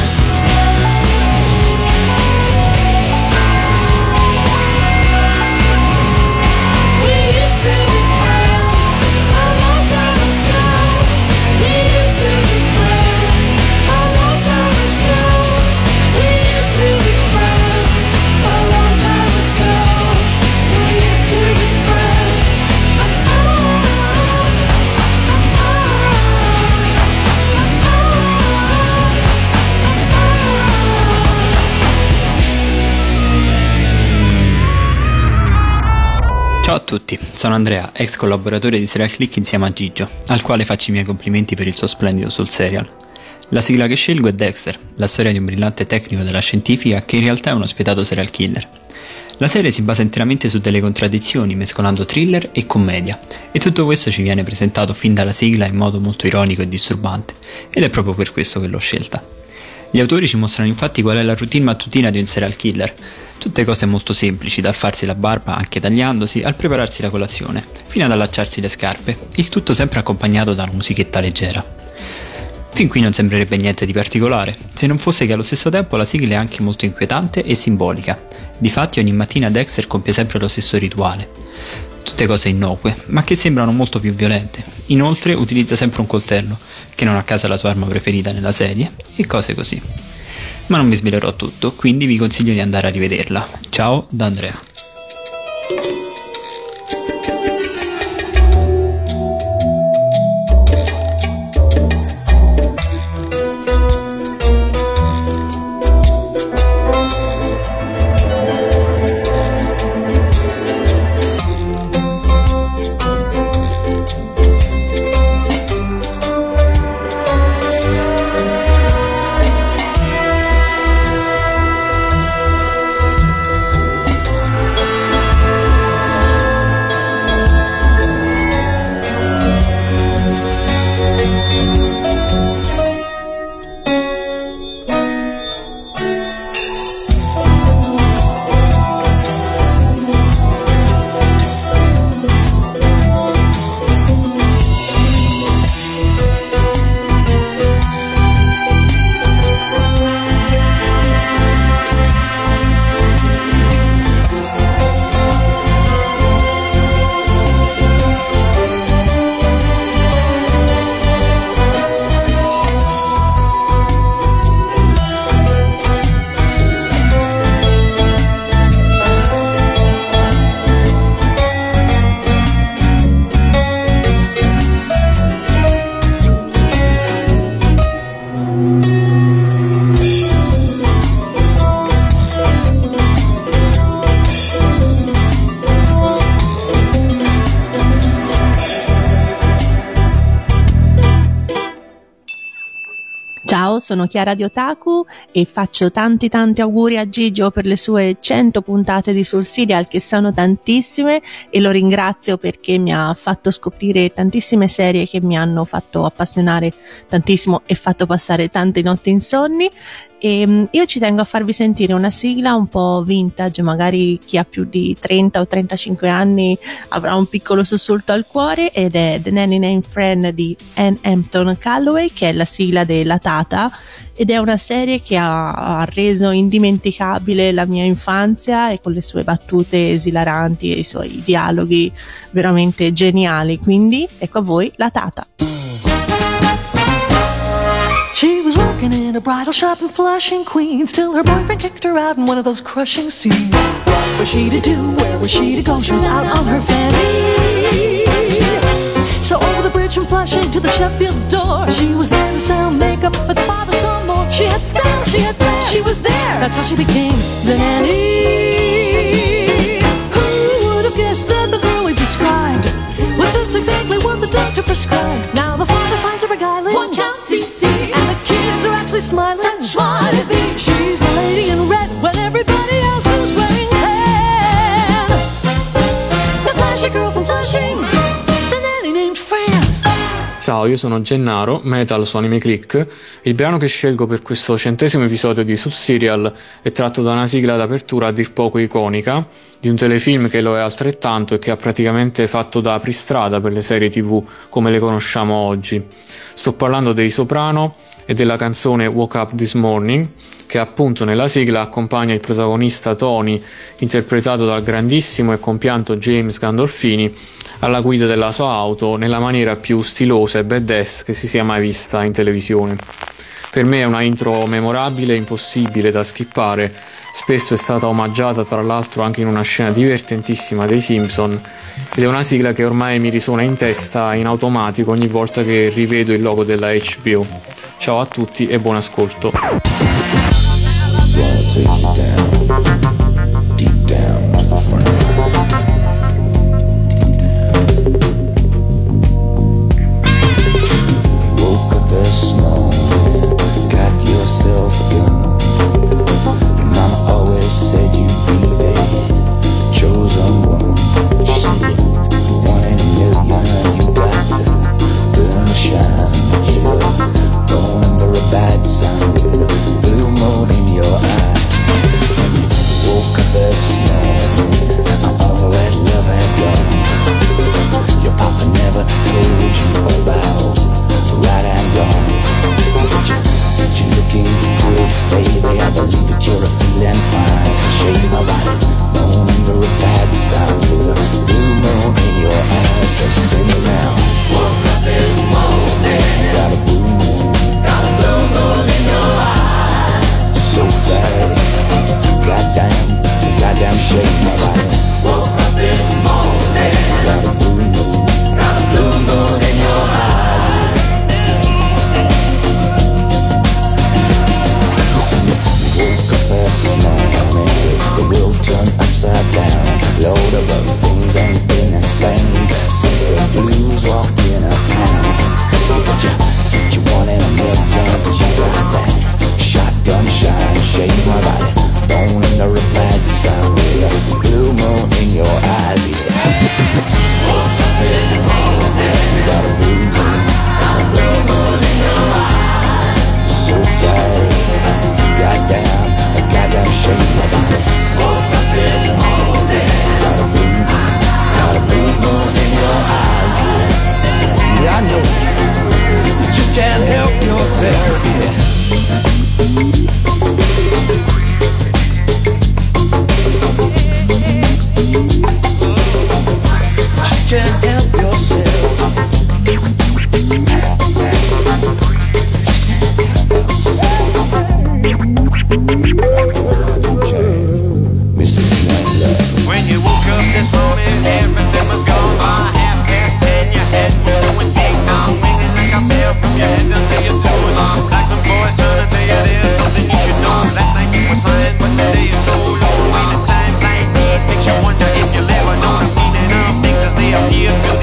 We used to be friends a long time ago. We used to be friends a long time ago. We used to be friends a long time ago. We used to be friends. Ciao a tutti, sono Andrea, ex collaboratore di Serial Click insieme a Gigio, al quale faccio i miei complimenti per il suo splendido sul serial. La sigla che scelgo è Dexter, la storia di un brillante tecnico della scientifica che in realtà è uno spietato serial killer. La serie si basa interamente su delle contraddizioni, mescolando thriller e commedia, e tutto questo ci viene presentato fin dalla sigla in modo molto ironico e disturbante, ed è proprio per questo che l'ho scelta. Gli autori ci mostrano infatti qual è la routine mattutina di un serial killer, tutte cose molto semplici, dal farsi la barba anche tagliandosi, al prepararsi la colazione, fino ad allacciarsi le scarpe, il tutto sempre accompagnato da una musichetta leggera. Fin qui non sembrerebbe niente di particolare, se non fosse che allo stesso tempo la sigla è anche molto inquietante e simbolica. Difatti ogni mattina Dexter compie sempre lo stesso rituale. Tutte cose innocue, ma che sembrano molto più violente. Inoltre utilizza sempre un coltello, che non a caso è la sua arma preferita nella serie, e cose così. Ma non vi svelerò tutto, quindi vi consiglio di andare a rivederla. Ciao da Andrea. Ciao, sono Chiara di Otaku e faccio tanti auguri a Gigio per le sue 100 puntate di Sul Serial, che sono tantissime, e lo ringrazio perché mi ha fatto scoprire tantissime serie che mi hanno fatto appassionare tantissimo e fatto passare tante notti insonni. E io ci tengo a farvi sentire una sigla un po' vintage, magari chi ha più di 30 o 35 anni avrà un piccolo sussulto al cuore, ed è The Nanny Named Fran di Anne Hampton Calloway, che è la sigla della Tata, ed è una serie che ha reso indimenticabile la mia infanzia, e con le sue battute esilaranti e i suoi dialoghi veramente geniali. Quindi ecco a voi la Tata. She was working in a bridal shop in Flushing, Queens, till her boyfriend kicked her out in one of those crushing scenes. What was she to do? Where was she to go? She was out on her fanny. So over the bridge from Flushing to the Sheffield's door, she was there to sell makeup, but the father saw more. She had style, she had flair, she was there. That's how she became the nanny. Who would have guessed that the girl we described was just exactly what the doctor prescribed? Now the father finds her beguiling. Watch out, CC. And the kids are actually smiling. Such joie de vivre. She's the lady in red when everybody else is wearing tan. The flashy girl from Flushing, the nanny named Fran. Ciao, io sono Gennaro, Metal su Anime Click. Il brano che scelgo per questo 100° episodio di Sul Serial è tratto da una sigla d'apertura a dir poco iconica, di un telefilm che lo è altrettanto e che ha praticamente fatto da apristrada per le serie TV come le conosciamo oggi. Sto parlando dei Soprano e della canzone Woke Up This Morning, che appunto nella sigla accompagna il protagonista Tony, interpretato dal grandissimo e compianto James Gandolfini, alla guida della sua auto nella maniera più stilosa e badass che si sia mai vista in televisione. Per me è una intro memorabile e impossibile da skippare, spesso è stata omaggiata tra l'altro anche in una scena divertentissima dei Simpson, ed è una sigla che ormai mi risuona in testa in automatico ogni volta che rivedo il logo della HBO. Ciao a tutti e buon ascolto. Here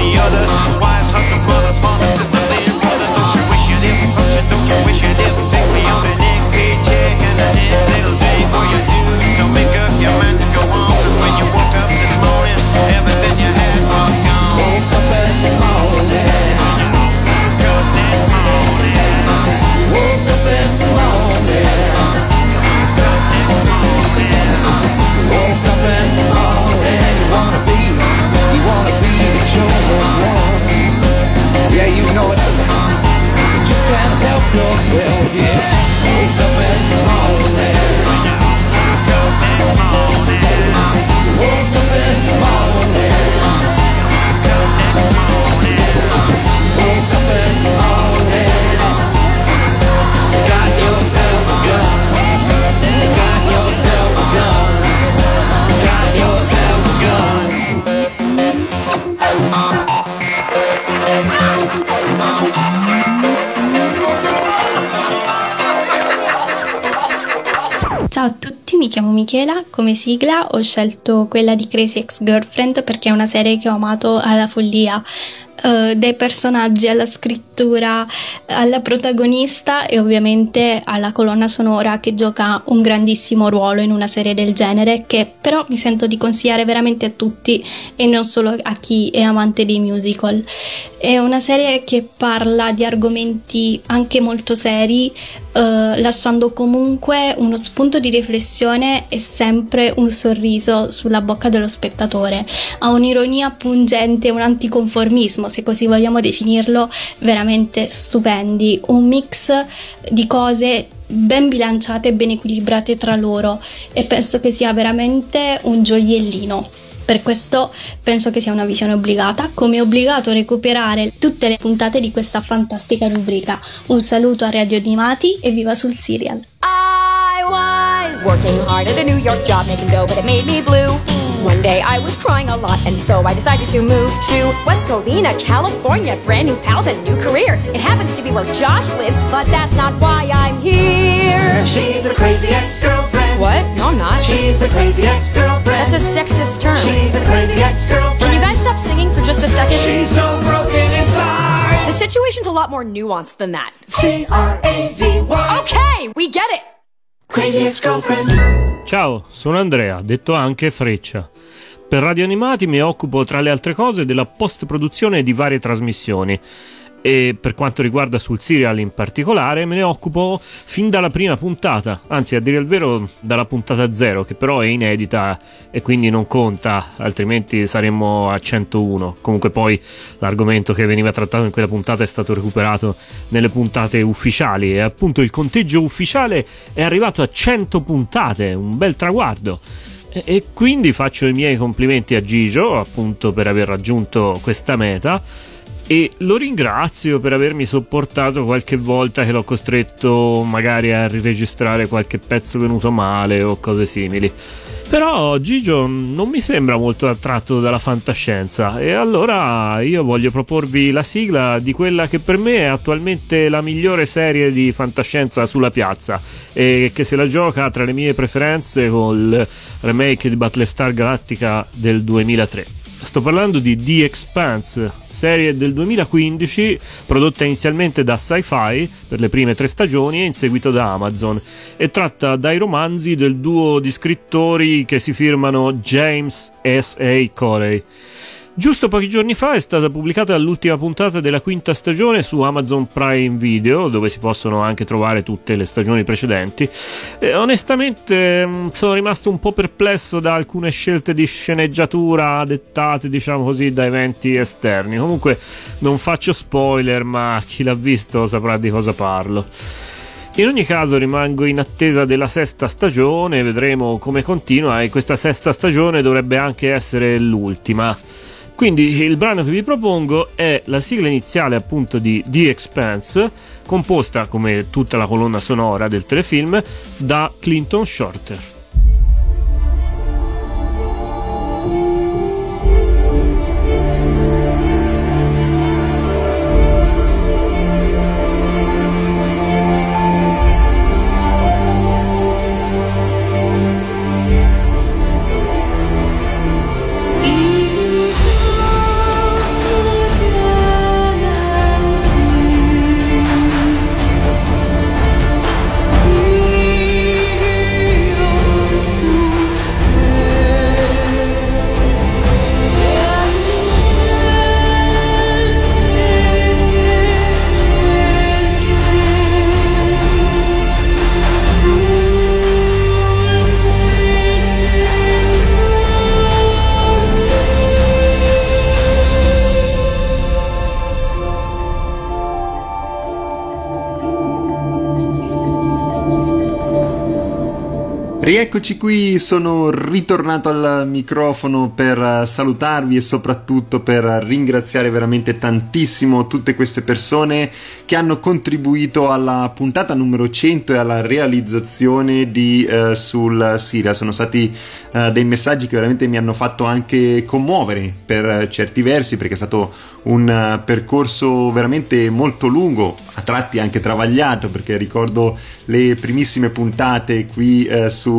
chiamo Michela, come sigla ho scelto quella di Crazy Ex-Girlfriend perché è una serie che ho amato alla follia. Dai personaggi alla scrittura, alla protagonista e ovviamente alla colonna sonora che gioca un grandissimo ruolo in una serie del genere, che però mi sento di consigliare veramente a tutti e non solo a chi è amante dei musical. È una serie che parla di argomenti anche molto seri, lasciando comunque uno spunto di riflessione e sempre un sorriso sulla bocca dello spettatore. Ha un'ironia pungente, un anticonformismo, se così vogliamo definirlo, veramente stupendi, un mix di cose ben bilanciate e ben equilibrate tra loro, e penso che sia veramente un gioiellino. Per questo penso che sia una visione obbligata, come è obbligato recuperare tutte le puntate di questa fantastica rubrica. Un saluto a Radio Animati e viva sul Serial. I was working hard at a New York job making dough, but it made me blue. One day I was crying a lot, and so I decided to move to West Covina, California. Brand new pals and new career. It happens to be where Josh lives, but that's not why I'm here. She's the crazy ex-girlfriend. What? No, I'm not. She's the crazy ex-girlfriend. That's a sexist term. She's the crazy ex-girlfriend. Can you guys stop singing for just a second? She's so broken inside. The situation's a lot more nuanced than that. C-R-A-Z-Y. Okay, we get it. Crazy ex-girlfriend. Ciao, sono Andrea, detto anche Freccia. Per Radio Animati mi occupo, tra le altre cose, della post-produzione di varie trasmissioni e per quanto riguarda sul Serial in particolare me ne occupo fin dalla prima puntata, anzi a dire il vero dalla puntata 0, che però è inedita e quindi non conta, altrimenti saremmo a 101. Comunque poi l'argomento che veniva trattato in quella puntata è stato recuperato nelle puntate ufficiali e appunto il conteggio ufficiale è arrivato a 100 puntate, un bel traguardo. E quindi faccio i miei complimenti a Gigio appunto per aver raggiunto questa meta e lo ringrazio per avermi sopportato qualche volta che l'ho costretto magari a riregistrare qualche pezzo venuto male o cose simili. Però Gigio non mi sembra molto attratto dalla fantascienza e allora io voglio proporvi la sigla di quella che per me è attualmente la migliore serie di fantascienza sulla piazza e che se la gioca tra le mie preferenze col remake di Battlestar Galactica del 2003. Sto parlando di The Expanse, serie del 2015 prodotta inizialmente da Sci-Fi per le prime 3 stagioni e in seguito da Amazon, e tratta dai romanzi del duo di scrittori che si firmano James S.A. Corey. Giusto pochi giorni fa è stata pubblicata l'ultima puntata della 5ª stagione su Amazon Prime Video, dove si possono anche trovare tutte le stagioni precedenti, e onestamente sono rimasto un po' perplesso da alcune scelte di sceneggiatura dettate, diciamo così, da eventi esterni. Comunque non faccio spoiler, ma chi l'ha visto saprà di cosa parlo. In ogni caso rimango in attesa della 6ª stagione, vedremo come continua, e questa 6ª stagione dovrebbe anche essere l'ultima. Quindi il brano che vi propongo è la sigla iniziale appunto di The Expanse, composta come tutta la colonna sonora del telefilm da Clinton Shorter. Rieccoci qui, sono ritornato al microfono per salutarvi e soprattutto per ringraziare veramente tantissimo tutte queste persone che hanno contribuito alla puntata numero 100 e alla realizzazione di sul Serial. Sono stati dei messaggi che veramente mi hanno fatto anche commuovere per certi versi, perché è stato un percorso veramente molto lungo, a tratti anche travagliato, perché ricordo le primissime puntate qui su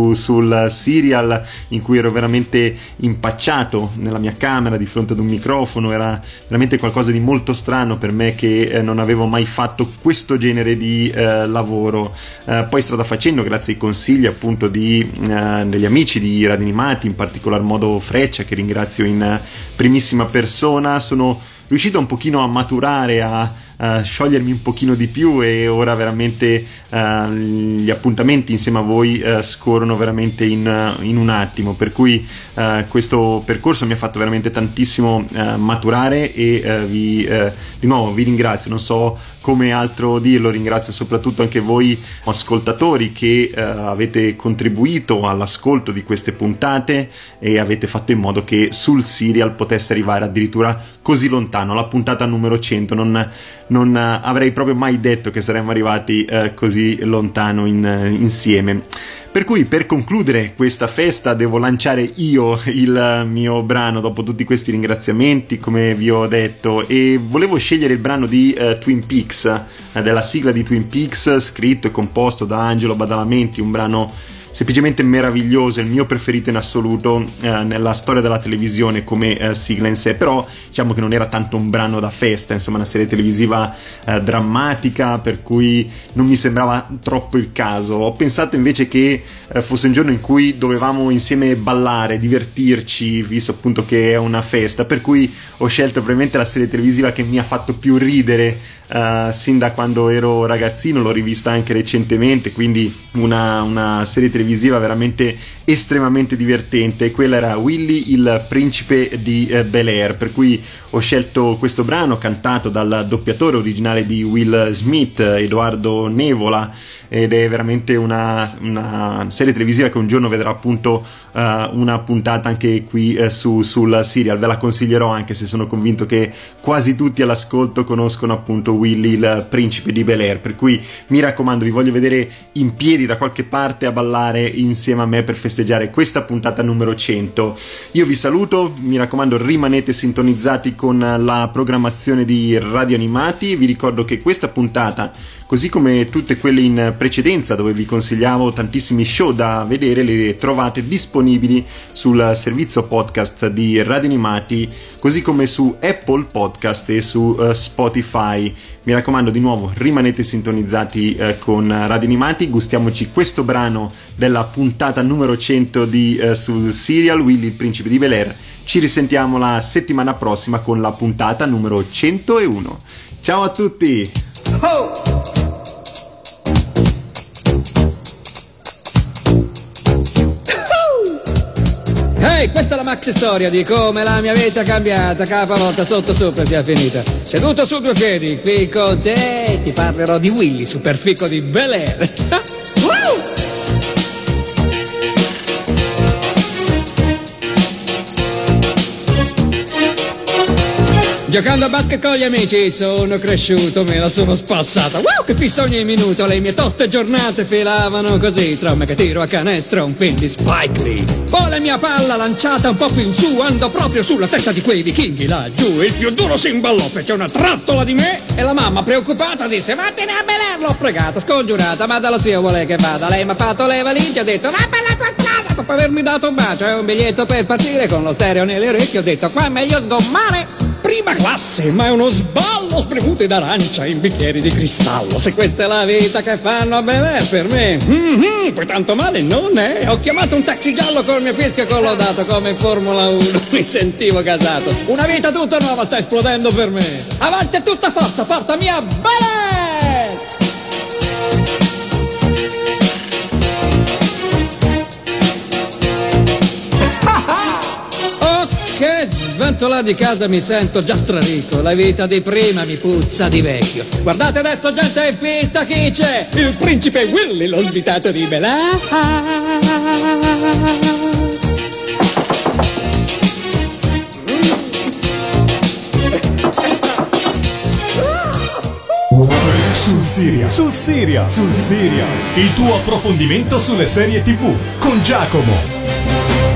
sul serial, in cui ero veramente impacciato nella mia camera di fronte ad un microfono. Era veramente qualcosa di molto strano per me, che non avevo mai fatto questo genere di lavoro. Poi strada facendo, grazie ai consigli appunto degli amici di Radio Animati, in particolar modo Freccia, che ringrazio in primissima persona, sono riuscito un pochino a maturare, a sciogliermi un pochino di più, e ora veramente gli appuntamenti insieme a voi scorrono veramente in un attimo, per cui questo percorso mi ha fatto veramente tantissimo maturare, e di nuovo vi ringrazio, non so come altro dirlo. Ringrazio soprattutto anche voi ascoltatori che avete contribuito all'ascolto di queste puntate e avete fatto in modo che sul serial potesse arrivare addirittura così lontano, la puntata numero 100. Non avrei proprio mai detto che saremmo arrivati così lontano insieme. Per cui, per concludere questa festa, devo lanciare io il mio brano dopo tutti questi ringraziamenti, come vi ho detto, e volevo scegliere il brano di Twin Peaks, della sigla di Twin Peaks, scritto e composto da Angelo Badalamenti, un brano semplicemente meraviglioso, il mio preferito in assoluto nella storia della televisione come sigla in sé. Però diciamo che non era tanto un brano da festa, insomma una serie televisiva drammatica, per cui non mi sembrava troppo il caso. Ho pensato invece che fosse un giorno in cui dovevamo insieme ballare, divertirci, visto appunto che è una festa, per cui ho scelto probabilmente la serie televisiva che mi ha fatto più ridere sin da quando ero ragazzino. L'ho rivista anche recentemente, quindi una serie televisiva veramente estremamente divertente. Quella era Willy, il principe di Bel-Air, per cui ho scelto questo brano cantato dal doppiatore originale di Will Smith, Edoardo Nevola, ed è veramente una serie televisiva che un giorno vedrà appunto una puntata anche qui sul serial. Ve la consiglierò, anche se sono convinto che quasi tutti all'ascolto conoscono appunto Willy, il principe di Bel-Air, per cui mi raccomando, vi voglio vedere in piedi da qualche parte a ballare insieme a me per festeggiare questa puntata numero 100. Io vi saluto, mi raccomando rimanete sintonizzati con la programmazione di Radio Animati. Vi ricordo che questa puntata, così come tutte quelle in precedenza dove vi consigliavo tantissimi show da vedere, le trovate disponibili sul servizio podcast di Radio Animati, così come su Apple Podcast e su Spotify. Mi raccomando, di nuovo, rimanete sintonizzati con Radio Animati, gustiamoci questo brano della puntata numero 100 sul serial Willy, il principe di Bel-Air. Ci risentiamo la settimana prossima con la puntata numero 101. Ciao a tutti! Oh! Ehi, questa è la maxi storia di come la mia vita è cambiata, capavolta sotto sopra sia finita. Seduto su due piedi, qui con te ti parlerò di Willy, superfico di Bel-Air. Giocando a basket con gli amici sono cresciuto, me la sono spassata. Wow, che fissa ogni minuto, le mie toste giornate filavano così. Tra me che tiro a canestro, un film di Spike Lee. Poi la mia palla lanciata un po' più in su, andò proprio sulla testa di quei vichinghi laggiù. Il più duro si imballò, fece una trattola di me e la mamma preoccupata disse: vattene a Bel-Air. L'ho pregata, scongiurata, ma dallo zio vuole che vada. Lei mi ha fatto le valigie, ha detto: va per la tua strada. Dopo avermi dato un bacio e un biglietto per partire, con lo stereo nelle orecchie ho detto: qua è meglio sgommare. Prima classe, ma è uno sballo, spremute d'arancia in bicchieri di cristallo. Se questa è la vita che fanno a Bel-Air per me, poi tanto male non è. Ho chiamato un taxi giallo col mio fischio collaudato come in Formula 1, mi sentivo gasato. Una vita tutta nuova sta esplodendo per me. Avanti a tutta forza, portami a Bel-Air! Che sventola di casa mi sento già strarico, la vita di prima mi puzza di vecchio. Guardate adesso gente in pista, chi c'è? Il principe Willy, lo svitato di Bel-Air. Sul serial, il tuo approfondimento sulle serie TV con Giacomo.